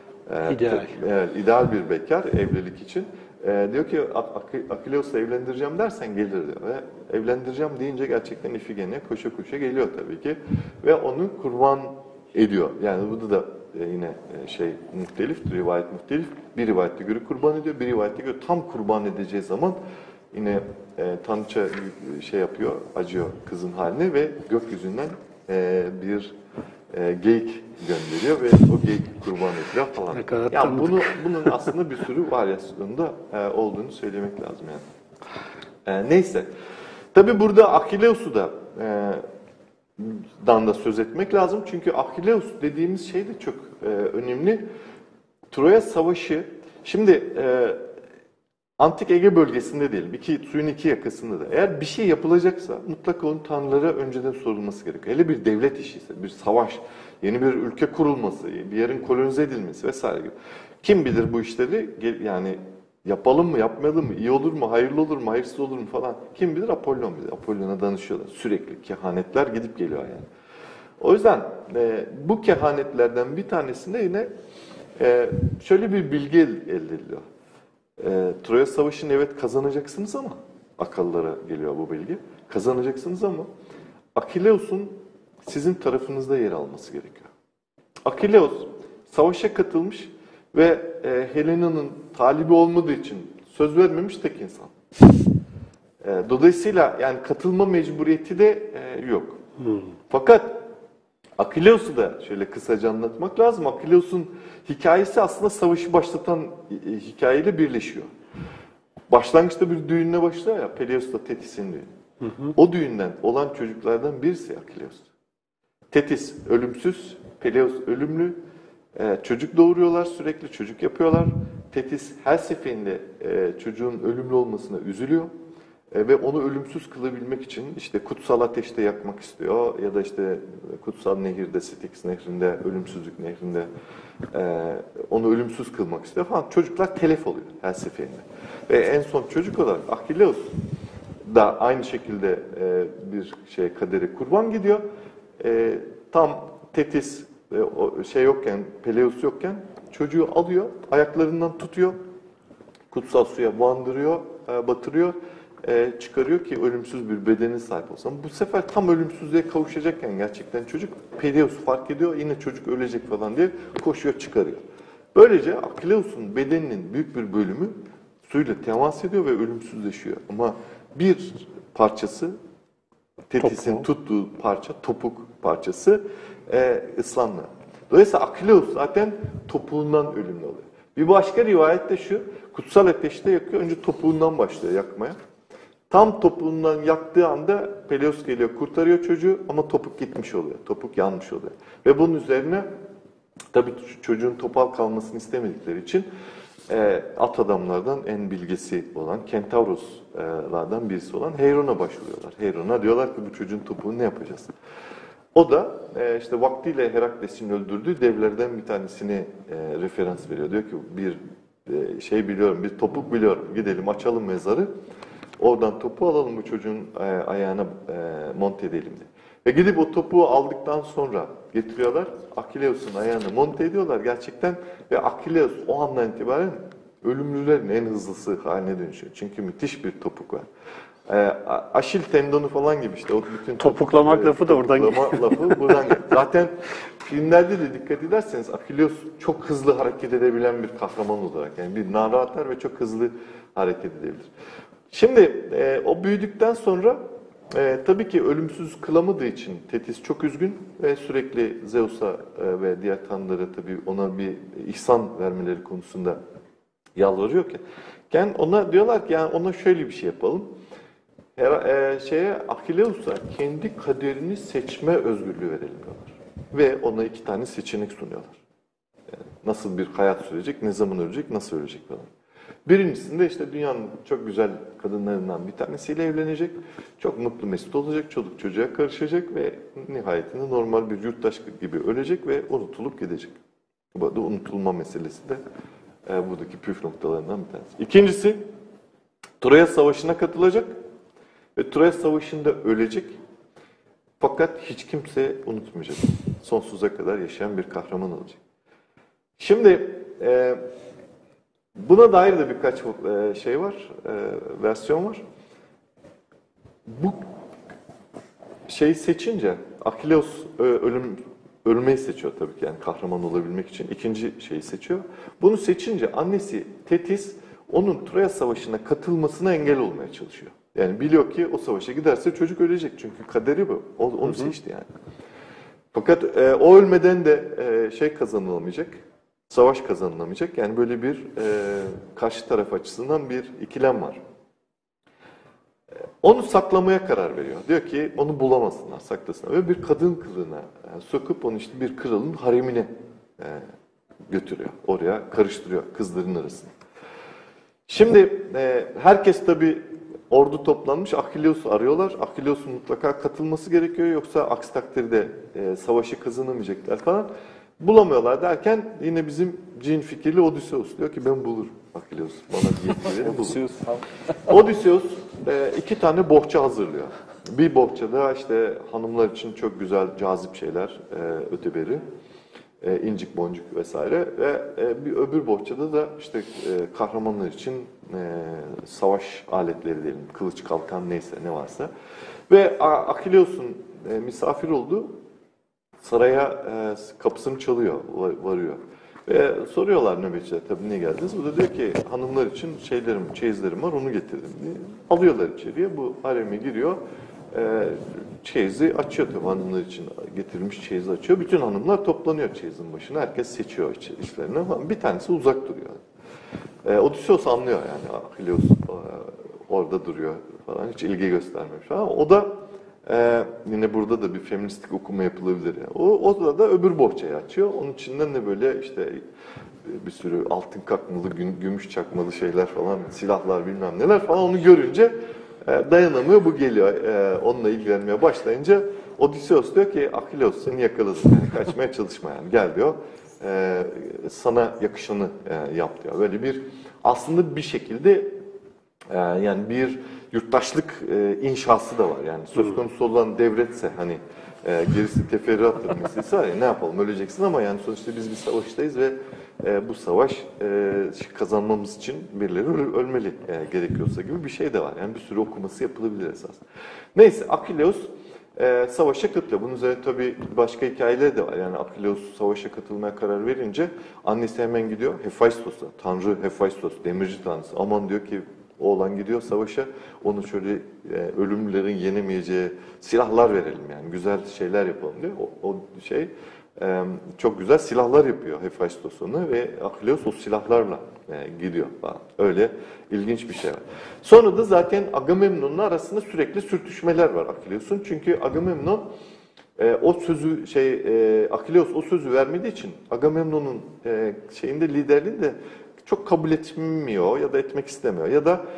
İdeal bir bekar evlilik için. Diyor ki Akileus'la evlendireceğim dersen gelir diyor. Ve evlendireceğim deyince gerçekten Ifigenia koşa koşa geliyor tabii ki. Ve onu kurban ediyor. Yani bu da yine muhtelif, rivayet muhtelif. Bir rivayette göre kurban ediyor, bir rivayette göre tam kurban edeceği zaman yine Tanrıça yapıyor, acıyor kızın haline ve gökyüzünden bir geyik gönderiyor ve o geyik kurban ediliyor falan. Yani bunun aslında bir sürü varyasyonunda olduğunu söylemek lazım yani. Neyse. Tabi burada Akileus'u da dan da söz etmek lazım. Çünkü Akileus dediğimiz şey de çok önemli. Troya Savaşı, şimdi Antik Ege bölgesinde değil, suyun iki yakasında da. Eğer bir şey yapılacaksa mutlaka onun tanrılara önceden sorulması gerekiyor. Hele bir devlet işi ise, bir savaş, yeni bir ülke kurulması, bir yerin kolonize edilmesi vesaire gibi. Kim bilir bu işleri yani yapalım mı, yapmayalım mı, iyi olur mu, hayırlı olur mu, hayırsız olur mu falan. Kim bilir? Apollon bilir. Apollon'a danışıyorlar. Sürekli kehanetler gidip geliyor yani. O yüzden bu kehanetlerden bir tanesinde yine şöyle bir bilgi elde ediliyor. Troya Savaşı'nı evet kazanacaksınız ama akıllara geliyor bu bilgi. Kazanacaksınız ama Akileus'un sizin tarafınızda yer alması gerekiyor. Akileus savaşa katılmış ve Helena'nın talibi olmadığı için söz vermemiş tek insan. Dolayısıyla yani katılma mecburiyeti de yok. Fakat Akileus'u da şöyle kısaca anlatmak lazım. Akileus'un hikayesi aslında savaşı başlatan hikayeyle birleşiyor. Başlangıçta bir düğünle başlıyor ya, Peleus'la Thetis'in düğünü. O düğünden olan çocuklardan birisi Akileus. Thetis ölümsüz, Peleus ölümlü. Çocuk doğuruyorlar, sürekli çocuk yapıyorlar. Tetis her seferinde çocuğun ölümlü olmasına üzülüyor. Ve onu ölümsüz kılabilmek için işte kutsal ateşte yakmak istiyor ya da işte kutsal nehirde, Styx nehrinde, ölümsüzlük nehrinde onu ölümsüz kılmak istiyor falan. Çocuklar telef oluyor her seferinde. Ve en son çocuk olarak Achilleus da aynı şekilde bir kaderi kurban gidiyor. Tam Tetis o yokken, Peleus yokken çocuğu alıyor, ayaklarından tutuyor, kutsal suya bandırıyor, batırıyor. Çıkarıyor ki ölümsüz bir bedene sahip olsun. Bu sefer tam ölümsüzlüğe kavuşacakken gerçekten çocuk Peleus fark ediyor. Yine çocuk ölecek falan diye koşuyor çıkarıyor. Böylece Achilleus'un bedeninin büyük bir bölümü suyla temas ediyor ve ölümsüzleşiyor. Ama bir parçası Tetis'in tuttuğu parça, topuk parçası ıslanmıyor. Dolayısıyla Achilleus zaten topuğundan ölümlü oluyor. Bir başka rivayet de şu, kutsal ateşte yakıyor. Önce topuğundan başlıyor yakmaya. Tam topuğundan yaktığı anda Peleus geliyor, kurtarıyor çocuğu ama topuk gitmiş oluyor. Topuk yanmış oluyor. Ve bunun üzerine tabii çocuğun topal kalmasını istemedikleri için at adamlardan en bilgisi olan, Kentauroslardan birisi olan Heyron'a başvuruyorlar. Heyron'a diyorlar ki bu çocuğun topuğunu ne yapacağız? O da işte vaktiyle Herakles'in öldürdüğü devlerden bir tanesini referans veriyor. Diyor ki bir biliyorum, bir topuk biliyorum. Gidelim açalım mezarı. Oradan topuğu alalım bu çocuğun ayağına monte edelim diye. Ve gidip o topuğu aldıktan sonra getiriyorlar. Achilleus'un ayağına monte ediyorlar gerçekten. Ve Achilleus o andan itibaren ölümlülerin en hızlısı haline dönüşüyor. Çünkü müthiş bir topuk var. Aşil tendonu falan gibi işte. O bütün topuklamak lafı da oradan geliyor. Lafı buradan geliyor. Zaten filmlerde de dikkat ederseniz Achilleus çok hızlı hareket edebilen bir kahraman olarak. Yani bir nara atar ve çok hızlı hareket edebilir. Şimdi o büyüdükten sonra tabii ki ölümsüz kılamadığı için Tetis çok üzgün ve sürekli Zeus'a ve diğer tanrılara tabii ona bir ihsan vermeleri konusunda yalvarıyorken ona diyorlar ki yani ona şöyle bir şey yapalım. Achilleus'a kendi kaderini seçme özgürlüğü verelim diyorlar. Ve ona 2 tane seçenek sunuyorlar. Yani nasıl bir hayat sürecek, ne zaman ölecek, nasıl ölecek falan. Birincisinde işte dünyanın çok güzel kadınlarından bir tanesiyle evlenecek. Çok mutlu mesut olacak, çoluk çocuğa karışacak ve nihayetinde normal bir yurttaş gibi ölecek ve unutulup gidecek. Bu da unutulma meselesi de buradaki püf noktalarından bir tanesi. İkincisi, Troya Savaşı'na katılacak ve Troya Savaşı'nda ölecek. Fakat hiç kimse unutmayacak. Sonsuza kadar yaşayan bir kahraman olacak. Şimdi buna dair de birkaç var, versiyon var. Bu seçince, Achilleus ölmeyi seçiyor tabii ki yani kahraman olabilmek için. İkinci şeyi seçiyor. Bunu seçince annesi Tetis onun Troya Savaşı'na katılmasına engel olmaya çalışıyor. Yani biliyor ki o savaşa giderse çocuk ölecek çünkü kaderi bu. Onu seçti yani. Fakat o ölmeden de kazanılamayacak. Savaş kazanılamayacak. Yani böyle bir karşı taraf açısından bir ikilem var. Onu saklamaya karar veriyor. Diyor ki onu bulamasınlar, saklasınlar. Ve bir kadın kılığına sokup onu işte bir kralın haremine götürüyor. Oraya karıştırıyor kızların arasında. Şimdi herkes tabii ordu toplanmış. Achilleus'u arıyorlar. Achilleus'un mutlaka katılması gerekiyor. Yoksa aksi takdirde savaşı kazanamayacaklar falan. Bulamıyorlar derken yine bizim cin fikirli Odysseus diyor ki ben bulurum Achilleus. Bana yetkileri bulur. Odysseus 2 tane bohça hazırlıyor. Bir bohçada işte hanımlar için çok güzel cazip şeyler öteberi. İncik boncuk vesaire ve bir öbür bohçada da işte kahramanlar için savaş aletleri diyelim. Kılıç, kalkan neyse ne varsa. Ve Achilleus'un misafir olduğu saraya kapısını çalıyor, varıyor. Ve soruyorlar nöbetçiler tabii niye geldiniz? Bu da diyor ki hanımlar için çeyizlerim var onu getirdim diye. Alıyorlar içeriye, bu hareme giriyor. Çeyizi açıyor tabii hanımlar için getirilmiş çeyizi açıyor. Bütün hanımlar toplanıyor çeyizin başına. Herkes seçiyor işlerini ama bir tanesi uzak duruyor. Odysseus anlıyor yani Achilleus orada duruyor falan hiç ilgi göstermemiş falan. O da Yine burada da bir feministik okuma yapılabilir. Yani. O da öbür bohçayı açıyor. Onun içinden de böyle işte bir sürü altın kakmalı, gümüş çakmalı şeyler falan, silahlar bilmem neler falan onu görünce dayanamıyor, bu geliyor. Onunla ilgilenmeye başlayınca Odysseus diyor ki Akileus seni yakaladım, yani kaçmaya çalışma, yani gel diyor. Sana yakışanı yap diyor. Böyle bir aslında bir şekilde yani bir yurttaşlık inşası da var. Yani söz konusu olan devletse hani gerisi teferruattır meselesi var ya, ne yapalım öleceksin ama yani sonuçta biz bir savaştayız ve bu savaş kazanmamız için birileri ölmeli gerekiyorsa gibi bir şey de var. Yani bir sürü okuması yapılabilir esas. Neyse Akileus savaşa katılıyor. Bunun üzerine tabii başka hikayeler de var. Yani Akileus savaşa katılmaya karar verince annesi hemen gidiyor Hephaistos'a. Tanrı Hephaistos, demirci tanrısı. Aman diyor ki oğlan gidiyor savaşa, onu şöyle ölümlülerin yenemeyeceği silahlar verelim, yani güzel şeyler yapalım diyor. O şey çok güzel silahlar yapıyor Hephaistos onu ve Akileus o silahlarla gidiyor falan. Öyle ilginç bir şey var. Sonra da zaten Agamemnon'la arasında sürekli sürtüşmeler var Akileus'un. Çünkü Agamemnon o sözü Akileus o sözü vermediği için Agamemnon'un şeyinde liderliğinde çok kabul etmiyor ya da etmek istemiyor ya da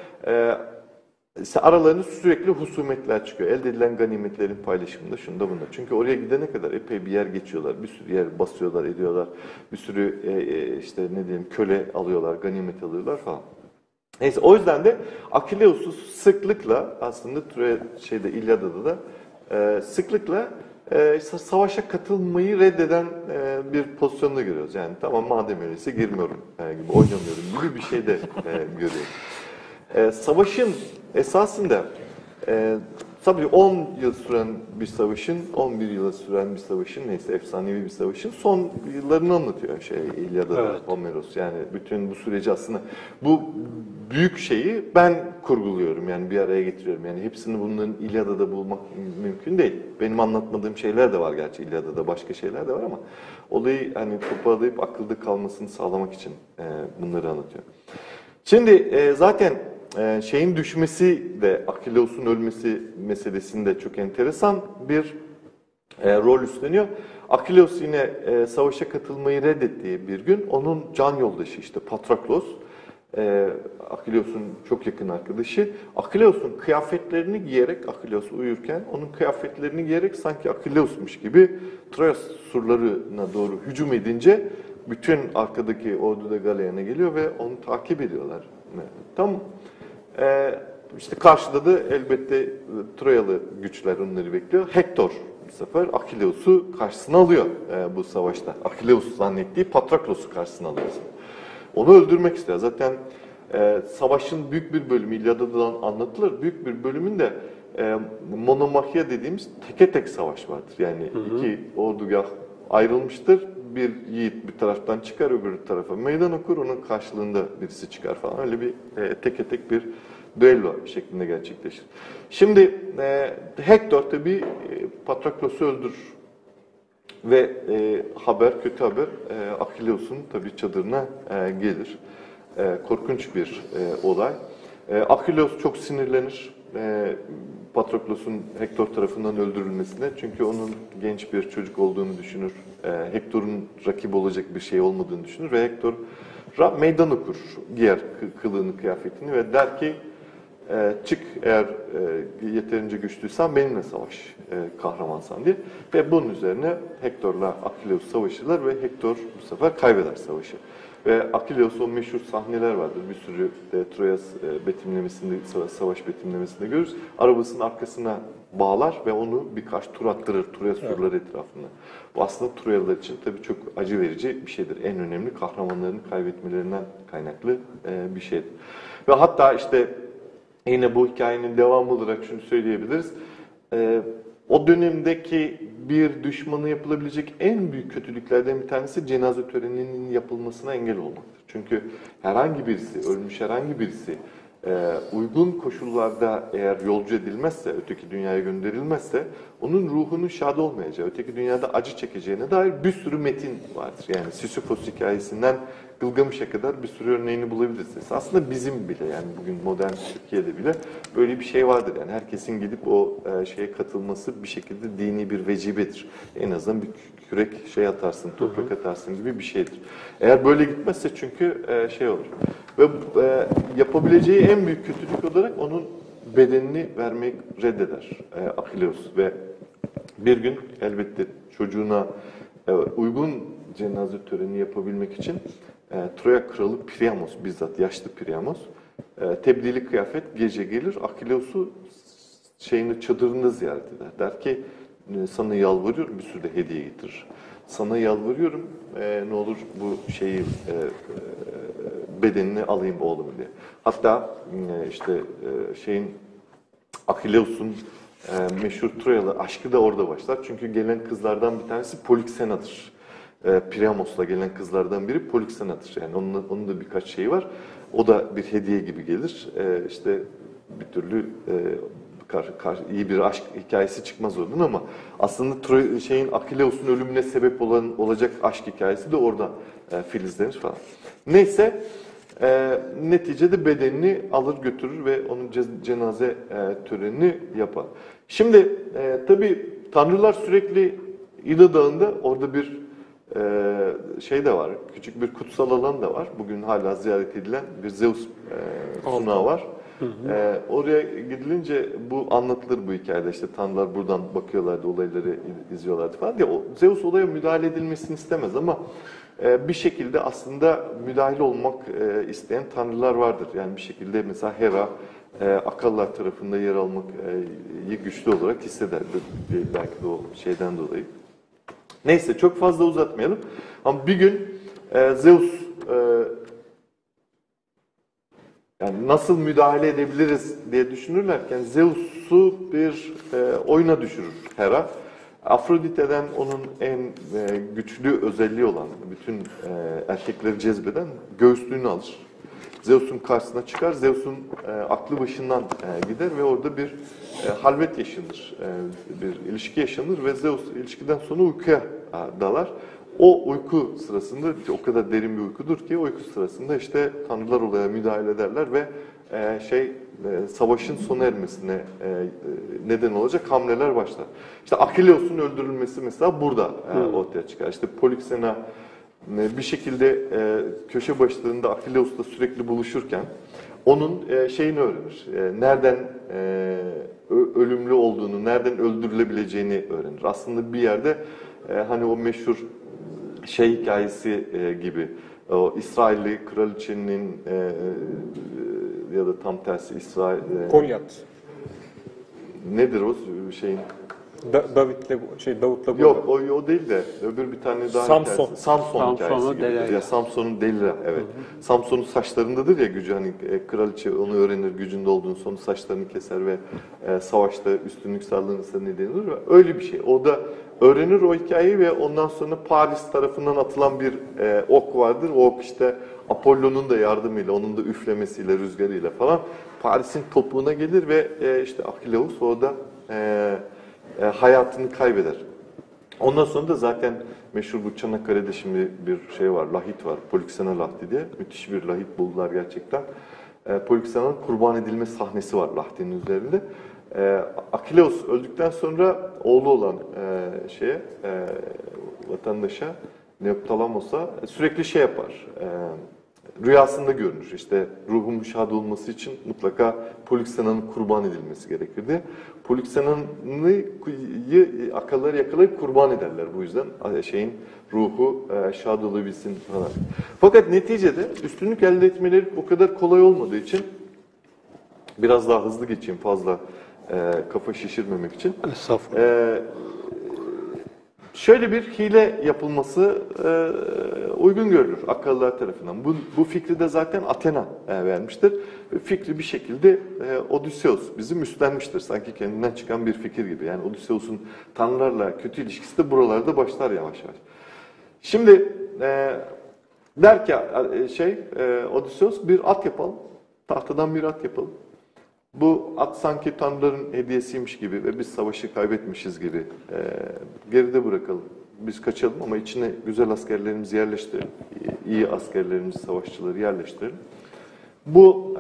aralarında sürekli husumetler çıkıyor. Elde edilen ganimetlerin paylaşımında şunda bunda. Çünkü oraya gidene kadar epey bir yer geçiyorlar. Bir sürü yer basıyorlar, ediyorlar. Bir sürü işte ne diyeyim köle alıyorlar, ganimet alıyorlar falan. Neyse o yüzden de Akileus'u sıklıkla aslında İlyada'da da sıklıkla savaşa katılmayı reddeden bir pozisyonda görüyoruz. Yani tamam madem öyleyse girmiyorum gibi, oynamıyorum gibi bir şey de görüyoruz. Savaşın esasında tabii 10 yıl süren bir savaşın, 11 yıla süren bir savaşın, neyse efsanevi bir savaşın son yıllarını anlatıyor İlyada'da evet. Homeros. Yani bütün bu süreci aslında bu büyük şeyi ben kurguluyorum, yani bir araya getiriyorum. Yani hepsini bunların İlyada'da bulmak mümkün değil. Benim anlatmadığım şeyler de var gerçi İlyada'da, başka şeyler de var ama olayı hani toparlayıp akılda kalmasını sağlamak için bunları anlatıyor. Şimdi zaten şeyin düşmesi de Akileus'un ölmesi meselesinde çok enteresan bir rol üstleniyor. Akileus yine savaşa katılmayı reddettiği bir gün onun can yoldaşı işte Patroklos, Akileus'un çok yakın arkadaşı, Akileus'un kıyafetlerini giyerek, Akileus uyurken onun kıyafetlerini giyerek sanki Akileus'muş gibi Troya surlarına doğru hücum edince bütün arkadaki ordu da galeyana geliyor ve onu takip ediyorlar. Tam işte karşıda da elbette Troyalı güçler onları bekliyor. Hektor bu sefer Akileus'u karşısına alıyor bu savaşta. Akileus zannettiği Patroklos'u karşısına alıyor. Onu öldürmek istiyor. Zaten savaşın büyük bir bölümü İlyada'dan anlatılır. Büyük bir bölümünde monomahya dediğimiz teke tek savaş vardır. Yani iki ordugah ayrılmıştır. Bir yiğit bir taraftan çıkar, öbür tarafa meydan okur, onun karşılığında birisi çıkar falan. Öyle bir teke tek bir düello şeklinde gerçekleşir. Şimdi Hektor tabii Patroklos'u öldürür. Ve kötü haber Akileus'un tabii çadırına gelir. Korkunç bir olay. Akileus çok sinirlenir Patroklos'un Hektor tarafından öldürülmesine. Çünkü onun genç bir çocuk olduğunu düşünür. Hektor'un rakip olacak bir şey olmadığını düşünür ve Hektor meydan okur, giyer kılığını, kıyafetini ve der ki çık eğer yeterince güçlüysen benimle savaş kahramansan diye. Ve bunun üzerine Hektor'la Akileus savaşırlar ve Hektor bu sefer kaybeder savaşı. Ve Akileus o meşhur sahneler vardır. Bir sürü Troya betimlemesinde, savaş betimlemesinde görürüz. Arabasının arkasına bağlar ve onu birkaç tur attırır Troya surları etrafında. Bu aslında Troyalılar için tabii çok acı verici bir şeydir. En önemli kahramanlarını kaybetmelerinden kaynaklı bir şeydir. Ve hatta işte yine bu hikayenin devamı olarak şunu söyleyebiliriz. O dönemdeki bir düşmanı yapılabilecek en büyük kötülüklerden bir tanesi cenaze töreninin yapılmasına engel olmaktır. Çünkü herhangi birisi, ölmüş herhangi birisi uygun koşullarda eğer yolcu edilmezse, öteki dünyaya gönderilmezse onun ruhunun şad olmayacağı, öteki dünyada acı çekeceğine dair bir sürü metin vardır. Yani Sisyphos hikayesinden Gılgamış'a kadar bir sürü örneğini bulabilirsiniz. Aslında bizim bile, yani bugün modern Türkiye'de bile böyle bir şey vardır. Yani herkesin gidip o şeye katılması bir şekilde dini bir vecibedir. En azından bir kürek şey atarsın, toprak atarsın gibi bir şeydir. Eğer böyle gitmezse çünkü şey olur. Ve yapabileceği en büyük kötülük olarak onun bedenini vermeyi reddeder Akileus. Ve bir gün elbette çocuğuna uygun cenaze töreni yapabilmek için Troya kralı Priamos, bizzat yaşlı Priamos, tebdili kıyafet gece gelir, Akileus'u çadırında ziyaret eder. Der ki sana yalvarıyorum, bir sürü de hediye getirir. Sana yalvarıyorum ne olur bu şeyi bedenini alayım oğlum diye. Hatta işte Akileus'un meşhur Troyalı aşkı da orada başlar. Çünkü gelen kızlardan bir tanesi Polixena'dır. Priamos'la gelen kızlardan biri Polixena'dır. Yani onun da birkaç şeyi var. O da bir hediye gibi gelir. İşte bir türlü iyi bir aşk hikayesi çıkmaz oradan ama aslında Akileus'un ölümüne sebep olacak aşk hikayesi de orada filizlenir falan. Neyse neticede bedenini alır götürür ve onun cenaze törenini yapar. Şimdi tabii tanrılar sürekli İda Dağı'nda orada bir şey de var, küçük bir kutsal alan da var. Bugün hala ziyaret edilen bir Zeus sunağı var. Oraya gidilince bu anlatılır bu hikayede. İşte tanrılar buradan bakıyorlardı, olayları izliyorlardı falan diye. Zeus olaya müdahale edilmesini istemez ama bir şekilde aslında müdahale olmak isteyen tanrılar vardır. Yani bir şekilde mesela Hera Akallar tarafında yer almak güçlü olarak hisseder. Belki de o şeyden dolayı. Neyse çok fazla uzatmayalım. Ama bir gün Zeus yani nasıl müdahale edebiliriz diye düşünürlerken Zeus'u bir oyuna düşürür Hera. Afrodite'den onun en güçlü özelliği olan, bütün erkekleri cezbeden göğüslüğünü alır. Zeus'un karşısına çıkar, Zeus'un aklı başından gider ve orada bir halvet yaşanır, bir ilişki yaşanır ve Zeus ilişkiden sonra uykuya dalar. O uyku sırasında, o kadar derin bir uykudur ki, uyku sırasında işte tanrılar olaya müdahale ederler ve savaşın sona ermesine neden olacak hamleler başlar. İşte Akileus'un öldürülmesi mesela burada ortaya çıkar. İşte Polixena bir şekilde köşe başlarında Akileus'la sürekli buluşurken onun şeyini öğrenir. Nereden ölümlü olduğunu, nereden öldürülebileceğini öğrenir. Aslında bir yerde hani o meşhur hikayesi gibi o İsrailli kraliçenin ya da tam tersi İsrail Kolyat. nedir o şeyin? Davut'la Yok o değil de öbür bir tane daha Samson. hikayesi. Samson hikayesi gibi. Ya Samson'un Delila evet. Samson'un saçlarındadır ya gücü, hani kraliçe onu öğrenir gücünde olduğunu, sonra saçlarını keser ve savaşta üstünlük sağlanırsa nedeni olur. Öyle bir şey. O da öğrenir o hikayeyi ve ondan sonra Paris tarafından atılan bir ok vardır. O ok işte Apollo'nun da yardımıyla, onun da üflemesiyle, rüzgarıyla falan Paris'in topuğuna gelir ve işte Akileus orada hayatını kaybeder. Ondan sonra da zaten meşhur bu Çanakkale'de şimdi bir şey var, lahit var. Polixena lahti diye. Müthiş bir lahit buldular gerçekten. Polixena'nın kurban edilme sahnesi var lahtinin üzerinde. Akileus öldükten sonra oğlu olan vatandaşa, Neoptolemos'a sürekli şey yapar. Rüyasında görünür. İşte ruhun şad olması için mutlaka Polixena'nın kurban edilmesi gerekir diye. Polixena'yı Akallar yakalayıp kurban ederler bu yüzden. Ruhu şad olabilsin falan. Fakat neticede üstünlük elde etmeleri o kadar kolay olmadığı için biraz daha hızlı geçeyim fazla kafa şişirmemek için. Şöyle bir hile yapılması uygun görülür Akkallar tarafından. Bu fikri de zaten Athena vermiştir. Fikri bir şekilde Odysseus bizim üstlenmiştir. Sanki kendinden çıkan bir fikir gibi. Yani Odysseus'un tanrılarla kötü ilişkisi de buralarda başlar yavaş yavaş. Şimdi der ki Odysseus bir at yapalım. tahtadan bir at yapalım. Bu at sanki tanrıların hediyesiymiş gibi ve biz savaşı kaybetmişiz gibi geride bırakalım. Biz kaçalım ama içine güzel askerlerimizi yerleştirelim. İyi askerlerimizi, savaşçıları yerleştirelim. Bu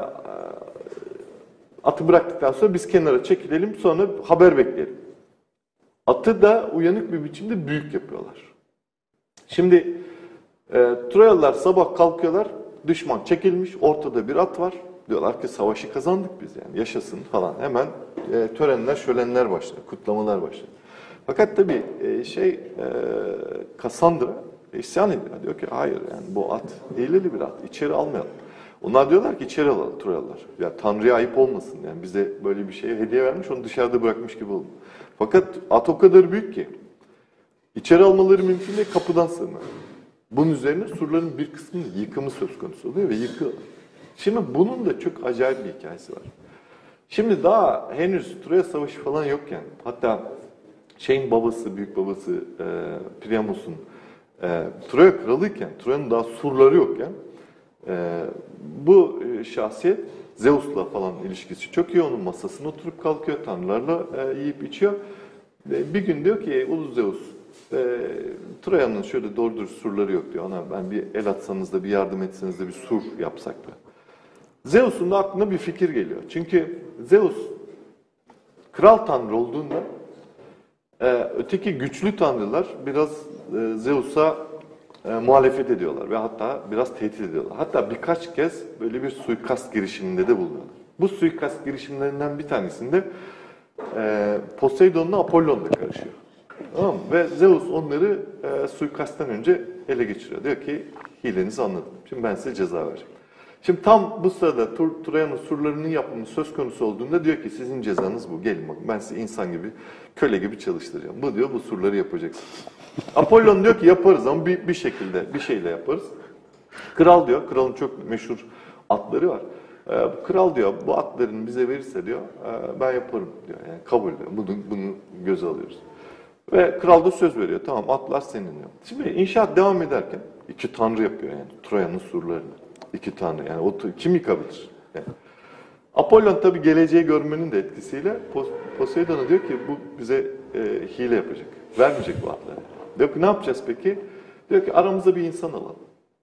atı bıraktıktan sonra biz kenara çekilelim, sonra haber bekleyelim. Atı da uyanık bir biçimde büyük yapıyorlar. Şimdi Troyalılar sabah kalkıyorlar, düşman çekilmiş, ortada bir at var. Diyorlar ki savaşı kazandık biz yani, yaşasın falan. Hemen törenler, şölenler başlıyor, kutlamalar başlıyor. Fakat tabii Kassandra isyan ediyor. Diyor ki hayır yani bu at hileli bir at, içeri almayalım. Onlar diyorlar ki içeri alalım Troyalılar. Ya Tanrı'ya ayıp olmasın yani, bize böyle bir şeye hediye vermiş, onu dışarıda bırakmış gibi oldu. Fakat at o kadar büyük ki içeri almaları mümkün değil, kapıdan sığınır. Bunun üzerine surların bir kısmının yıkımı söz konusu oluyor ve yıkıyorlar. Şimdi bunun da çok acayip bir hikayesi var. Şimdi daha henüz Troya Savaşı falan yokken, hatta babası, büyük babası Priamos'un Troya kralıyken, Troya'nın daha surları yokken bu şahsiyet Zeus'la falan ilişkisi çok iyi. Onun masasına oturup kalkıyor, tanrılarla yiyip içiyor. Bir gün diyor ki Ulu Zeus, Troya'nın şöyle doğru dürüst surları yok diyor. Ona ben bir el atsanız da bir yardım etseniz de bir sur yapsak da. Zeus'un da aklına bir fikir geliyor. Çünkü Zeus kral tanrı olduğunda öteki güçlü tanrılar biraz Zeus'a muhalefet ediyorlar ve hatta biraz tehdit ediyorlar. Hatta birkaç kez böyle bir suikast girişiminde de bulunuyorlar. Bu suikast girişimlerinden bir tanesinde Poseidon'la Apollon da karışıyor. Tamam mı? Ve Zeus onları suikastten önce ele geçiriyor. Diyor ki hilenizi anladım. Şimdi ben size ceza vereceğim. Şimdi tam bu sırada Troya'nın surlarının yapımı söz konusu olduğunda diyor ki sizin cezanız bu. Gelin bakın ben sizi insan gibi, köle gibi çalıştıracağım. Bu diyor bu surları yapacaksınız. Apollon diyor ki yaparız ama bir şekilde, bir şeyle yaparız. Kral diyor, kralın çok meşhur atları var. Kral diyor bu atlarını bize verirse diyor ben yaparım diyor. Yani kabul diyor. Bunu göze alıyoruz. Ve kral da söz veriyor. Tamam atlar senin diyor. Şimdi inşaat devam ederken iki tanrı yapıyor yani Troya'nın surlarını. İki tanrı yani kim yıkabilir? Yani. Apollon tabii geleceği görmenin de etkisiyle Poseidon'a diyor ki bu bize hile yapacak. Vermeyecek bu atları. Diyor ki ne yapacağız peki? Diyor ki aramıza bir insan alalım.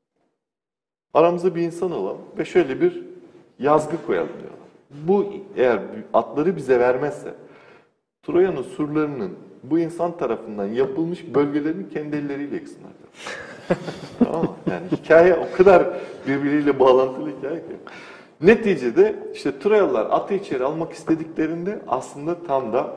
Aramıza bir insan alalım ve şöyle bir yazgı koyalım diyorlar. Bu eğer atları bize vermezse Troya'nın surlarının bu insan tarafından yapılmış bölgelerini kendi elleriyle yıksınlar diyor. Tamam mı? Yani hikaye o kadar birbiriyle bağlantılı hikaye ki. Neticede işte Troyalılar atı içeri almak istediklerinde aslında tam da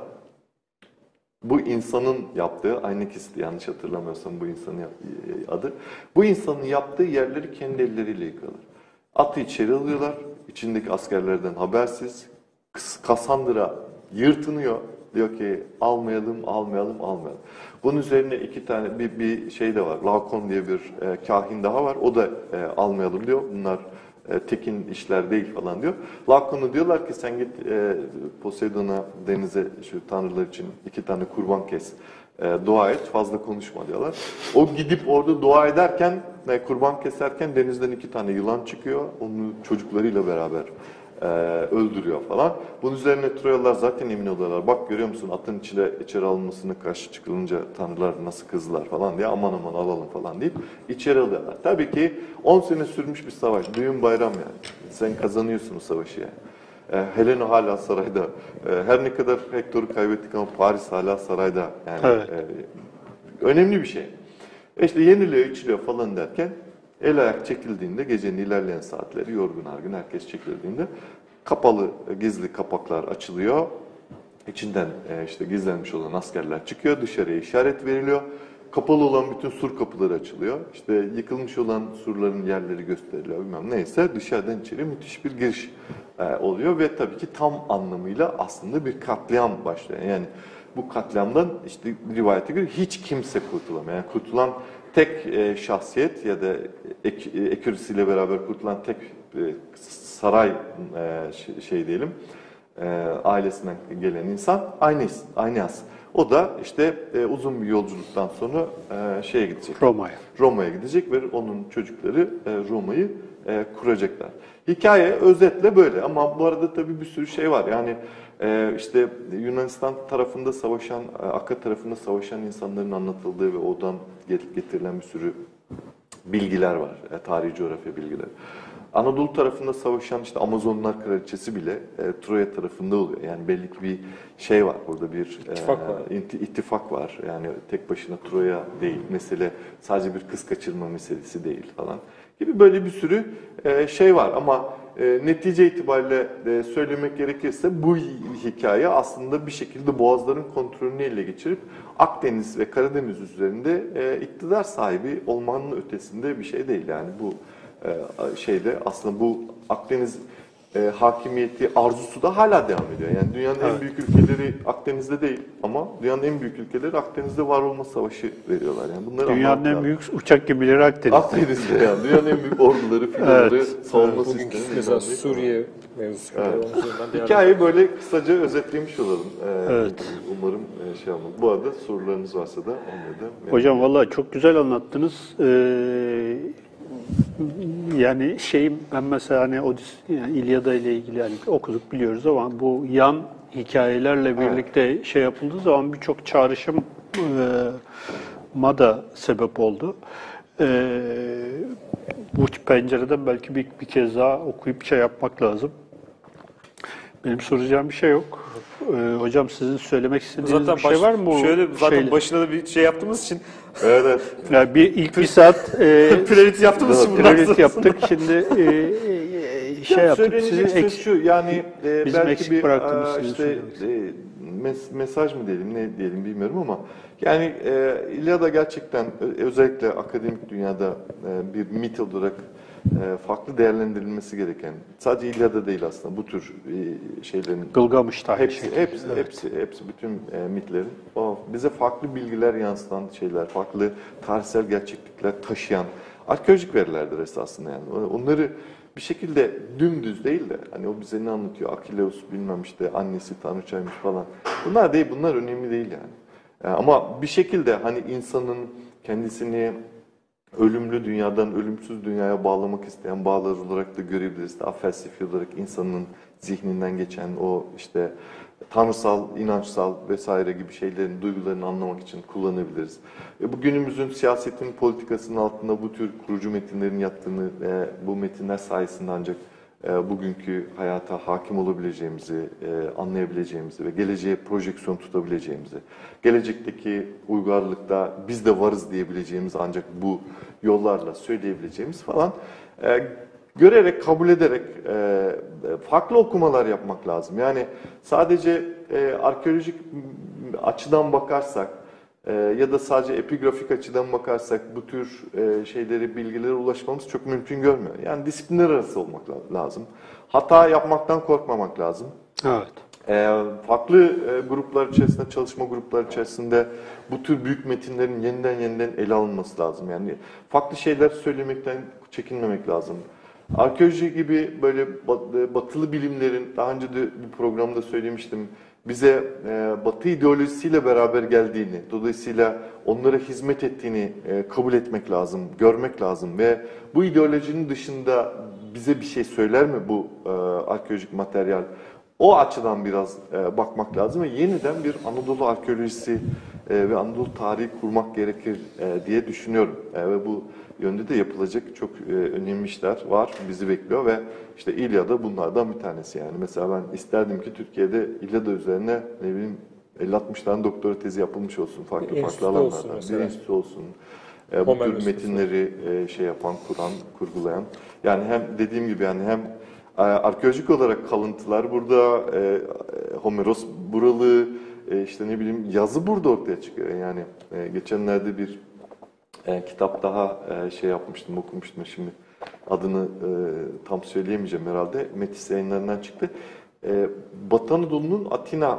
bu insanın yaptığı, Aynekis'ti yanlış hatırlamıyorsam bu insanın adı. Bu insanın yaptığı yerleri kendi elleriyle yıkıyorlar. Atı içeri alıyorlar, içindeki askerlerden habersiz. Kassandra yırtınıyor. Diyor ki almayalım. Bunun üzerine iki tane bir şey de var. Lakon diye bir kahin daha var. O da almayalım diyor. Bunlar tekin işler değil falan diyor. Lakon'u diyorlar ki sen git Poseidon'a denize şu tanrılar için iki tane kurban kes. Dua et, fazla konuşma diyorlar. O gidip orada dua ederken, kurban keserken denizden iki tane yılan çıkıyor. Onu çocuklarıyla beraber öldürüyor falan. Bunun üzerine Troyalılar zaten emin oluyorlar. Bak görüyor musun atın içeri alınmasına karşı çıkılınca tanrılar nasıl kızdılar falan diye aman alalım falan deyip içeri alıyorlar. Tabii ki 10 sene sürmüş bir savaş. Düğün bayram yani. Sen kazanıyorsun o savaşı yani. Helena hala sarayda. Her ne kadar Hektor'u kaybettik ama Paris hala sarayda. Yani evet. Önemli bir şey. İşte yeniliyor, içiliyor falan derken el ayak çekildiğinde gecenin ilerleyen saatleri yorgun argın herkes çekildiğinde kapalı gizli kapaklar açılıyor. İçinden işte gizlenmiş olan askerler çıkıyor. Dışarıya işaret veriliyor. Kapalı olan bütün sur kapıları açılıyor. İşte yıkılmış olan surların yerleri gösteriliyor bilmem neyse. Dışarıdan içeri müthiş bir giriş oluyor ve tabii ki tam anlamıyla aslında bir katliam başlıyor. Yani bu katliamdan işte rivayete göre hiç kimse kurtulamıyor. Yani kurtulan tek şahsiyet ya da ekürisiyle beraber kurtulan tek saray diyelim ailesinden gelen insan Aeneas. O da işte uzun bir yolculuktan sonra şeye gidecek. Roma'ya Gidecek ve onun çocukları Roma'yı kuracaklar. Hikaye özetle böyle ama bu arada tabii bir sürü şey var. Yani işte Yunanistan tarafında savaşan, Akka tarafında savaşan insanların anlatıldığı ve oradan getirilen bir sürü bilgiler var. Tarihi coğrafya bilgileri. Anadolu tarafında savaşan işte Amazonlar kraliçesi bile Troya tarafında oluyor. Yani belli ki bir şey var burada, bir ittifak var. Yani tek başına Troya değil. Mesele sadece bir kız kaçırma meselesi değil falan gibi böyle bir sürü şey var. Ama netice itibariyle söylemek gerekirse bu hikaye aslında bir şekilde Boğazların kontrolünü ele geçirip Akdeniz ve Karadeniz üzerinde iktidar sahibi olmanın ötesinde bir şey değil. Yani bu şeyde aslında bu Akdeniz hakimiyeti arzusu da hala devam ediyor. Yani dünyanın en büyük ülkeleri Akdeniz'de değil ama dünyanın en büyük ülkeleri Akdeniz'de var olma savaşı veriyorlar. Yani bunları dünyanın en büyük uçak gemileri Akdeniz'de. Akdeniz'de yani dünyanın en büyük orduları, filoları, savunma sistemi. Mesela Suriye mevzusu. Hikayeyi böyle kısaca özetlemiş olalım. Umarım şey olmaz. Bu arada sorularınız varsa da onları da. Hocam vallahi çok güzel anlattınız. Yani ben mesela hani yani İlyada ile ilgili yani okuduk biliyoruz ama bu yan hikayelerle birlikte şey yapıldığı zaman birçok çağrışıma da sebep oldu. Bu pencereden belki bir kez daha okuyup şey yapmak lazım. Benim soracağım bir şey yok. Hocam sizin söylemek istediğiniz bir şey var mı? Zaten başına da bir şey yaptığımız için evet. Yani ilk bir saat playlist yaptığımız için playlist yaptık. Şimdi şey yaptık. Söz şu yani bizim belki bir işte mesaj mı diyelim ne diyelim bilmiyorum ama yani İlyada gerçekten özellikle akademik dünyada bir mit olarak farklı değerlendirilmesi gereken, sadece İlyada değil aslında bu tür şeylerin Gılgamış'ta hepsi bütün mitlerin bize farklı bilgiler yansıtan şeyler, farklı tarihsel gerçeklikler taşıyan arkeolojik verilerdir esasında yani. Onları bir şekilde dümdüz değil de hani o bize ne anlatıyor? Akileus bilmem işte annesi tanrıçaymış falan. Bunlar değil, bunlar önemli değil yani. Ama bir şekilde hani insanın kendisini ölümlü dünyadan ölümsüz dünyaya bağlamak isteyen bağlar olarak da görebiliriz. Daha felsefi olarak insanın zihninden geçen o işte tanrısal, inançsal vesaire gibi şeylerin, duygularını anlamak için kullanabiliriz. Bu günümüzün siyasetin, politikasının altında bu tür kurucu metinlerin yattığını ve bu metinler sayesinde ancak bugünkü hayata hakim olabileceğimizi, anlayabileceğimizi ve geleceğe projeksiyon tutabileceğimizi, gelecekteki uygarlıkta biz de varız diyebileceğimiz ancak bu yollarla söyleyebileceğimiz falan görerek, kabul ederek farklı okumalar yapmak lazım. Yani sadece arkeolojik açıdan bakarsak ya da sadece epigrafik açıdan bakarsak bu tür şeyleri, bilgilere ulaşmamız çok mümkün görmüyor. Yani disiplinler arası olmak lazım. Hata yapmaktan korkmamak lazım. Evet. Farklı gruplar içerisinde, çalışma grupları içerisinde bu tür büyük metinlerin yeniden ele alınması lazım. Yani farklı şeyler söylemekten çekinmemek lazım. Arkeoloji gibi böyle batılı bilimlerin, daha önce de bu programda söylemiştim, bize Batı ideolojisiyle beraber geldiğini, dolayısıyla onlara hizmet ettiğini kabul etmek lazım, görmek lazım ve bu ideolojinin dışında bize bir şey söyler mi bu arkeolojik materyal? O açıdan biraz bakmak lazım ve yeniden bir Anadolu arkeolojisi ve Anadolu tarihi kurmak gerekir diye düşünüyorum. Ve bu yönde de yapılacak çok önemli işler var, bizi bekliyor ve işte İlyada bunlardan bir tanesi yani. Mesela ben isterdim ki Türkiye'de İlyada üzerine ne bileyim 50-60 tane doktora tezi yapılmış olsun farklı alanlardan. Bir enstitü olsun. Bu tür metinleri şey yapan, kuran, kurgulayan. Yani hem dediğim gibi yani hem arkeolojik olarak kalıntılar burada, Homeros buralı, işte ne bileyim yazı burada ortaya çıkıyor. Yani geçenlerde bir kitap daha şey yapmıştım, okumuştum şimdi adını tam söyleyemeyeceğim herhalde. Metis yayınlarından çıktı. Batı Anadolu'nun Atina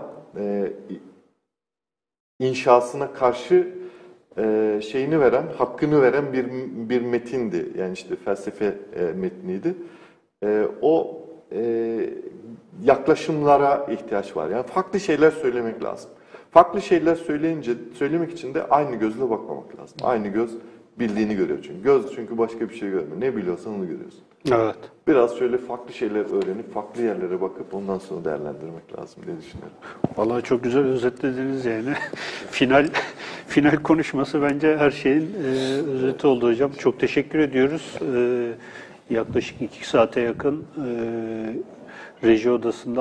inşasına karşı şeyini veren, hakkını veren bir metindi. Yani işte felsefe metniydi. O yaklaşımlara ihtiyaç var. Yani farklı şeyler söylemek lazım. farklı şeyler söylemek için de aynı gözle bakmamak lazım. Aynı göz bildiğini görüyor çünkü. Göz çünkü başka bir şey görmüyor. Ne biliyorsan onu görüyorsun. Evet. Biraz şöyle farklı şeyler öğrenip farklı yerlere bakıp ondan sonra değerlendirmek lazım diye düşünüyorum. Vallahi çok güzel özetlediniz yani. Final konuşması bence her şeyin özeti oldu hocam. Çok teşekkür ediyoruz. Yaklaşık 2 saate yakın reji odasında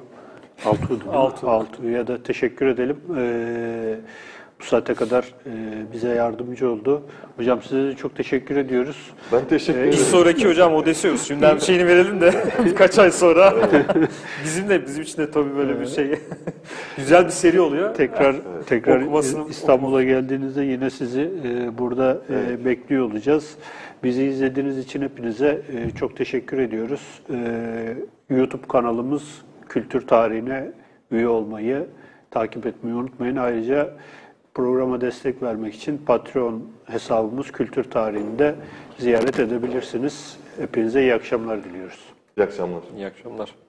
Altuğ'a da teşekkür edelim. Bu saate kadar bize yardımcı oldu. Hocam size çok teşekkür ediyoruz. Ben teşekkür ederim. Bir sonraki hocam Odysseus. Şimdiden şeyini verelim de birkaç ay sonra bizim için de tabii böyle bir şey güzel bir seri oluyor. Tekrar Okumasını- İstanbul'a geldiğinizde yine sizi burada bekliyor olacağız. Bizi izlediğiniz için hepinize çok teşekkür ediyoruz. YouTube kanalımız Kültür Tarihine üye olmayı, takip etmeyi unutmayın. Ayrıca programa destek vermek için Patreon hesabımız Kültür Tarihi'nde ziyaret edebilirsiniz. Hepinize iyi akşamlar diliyoruz. İyi akşamlar. İyi akşamlar.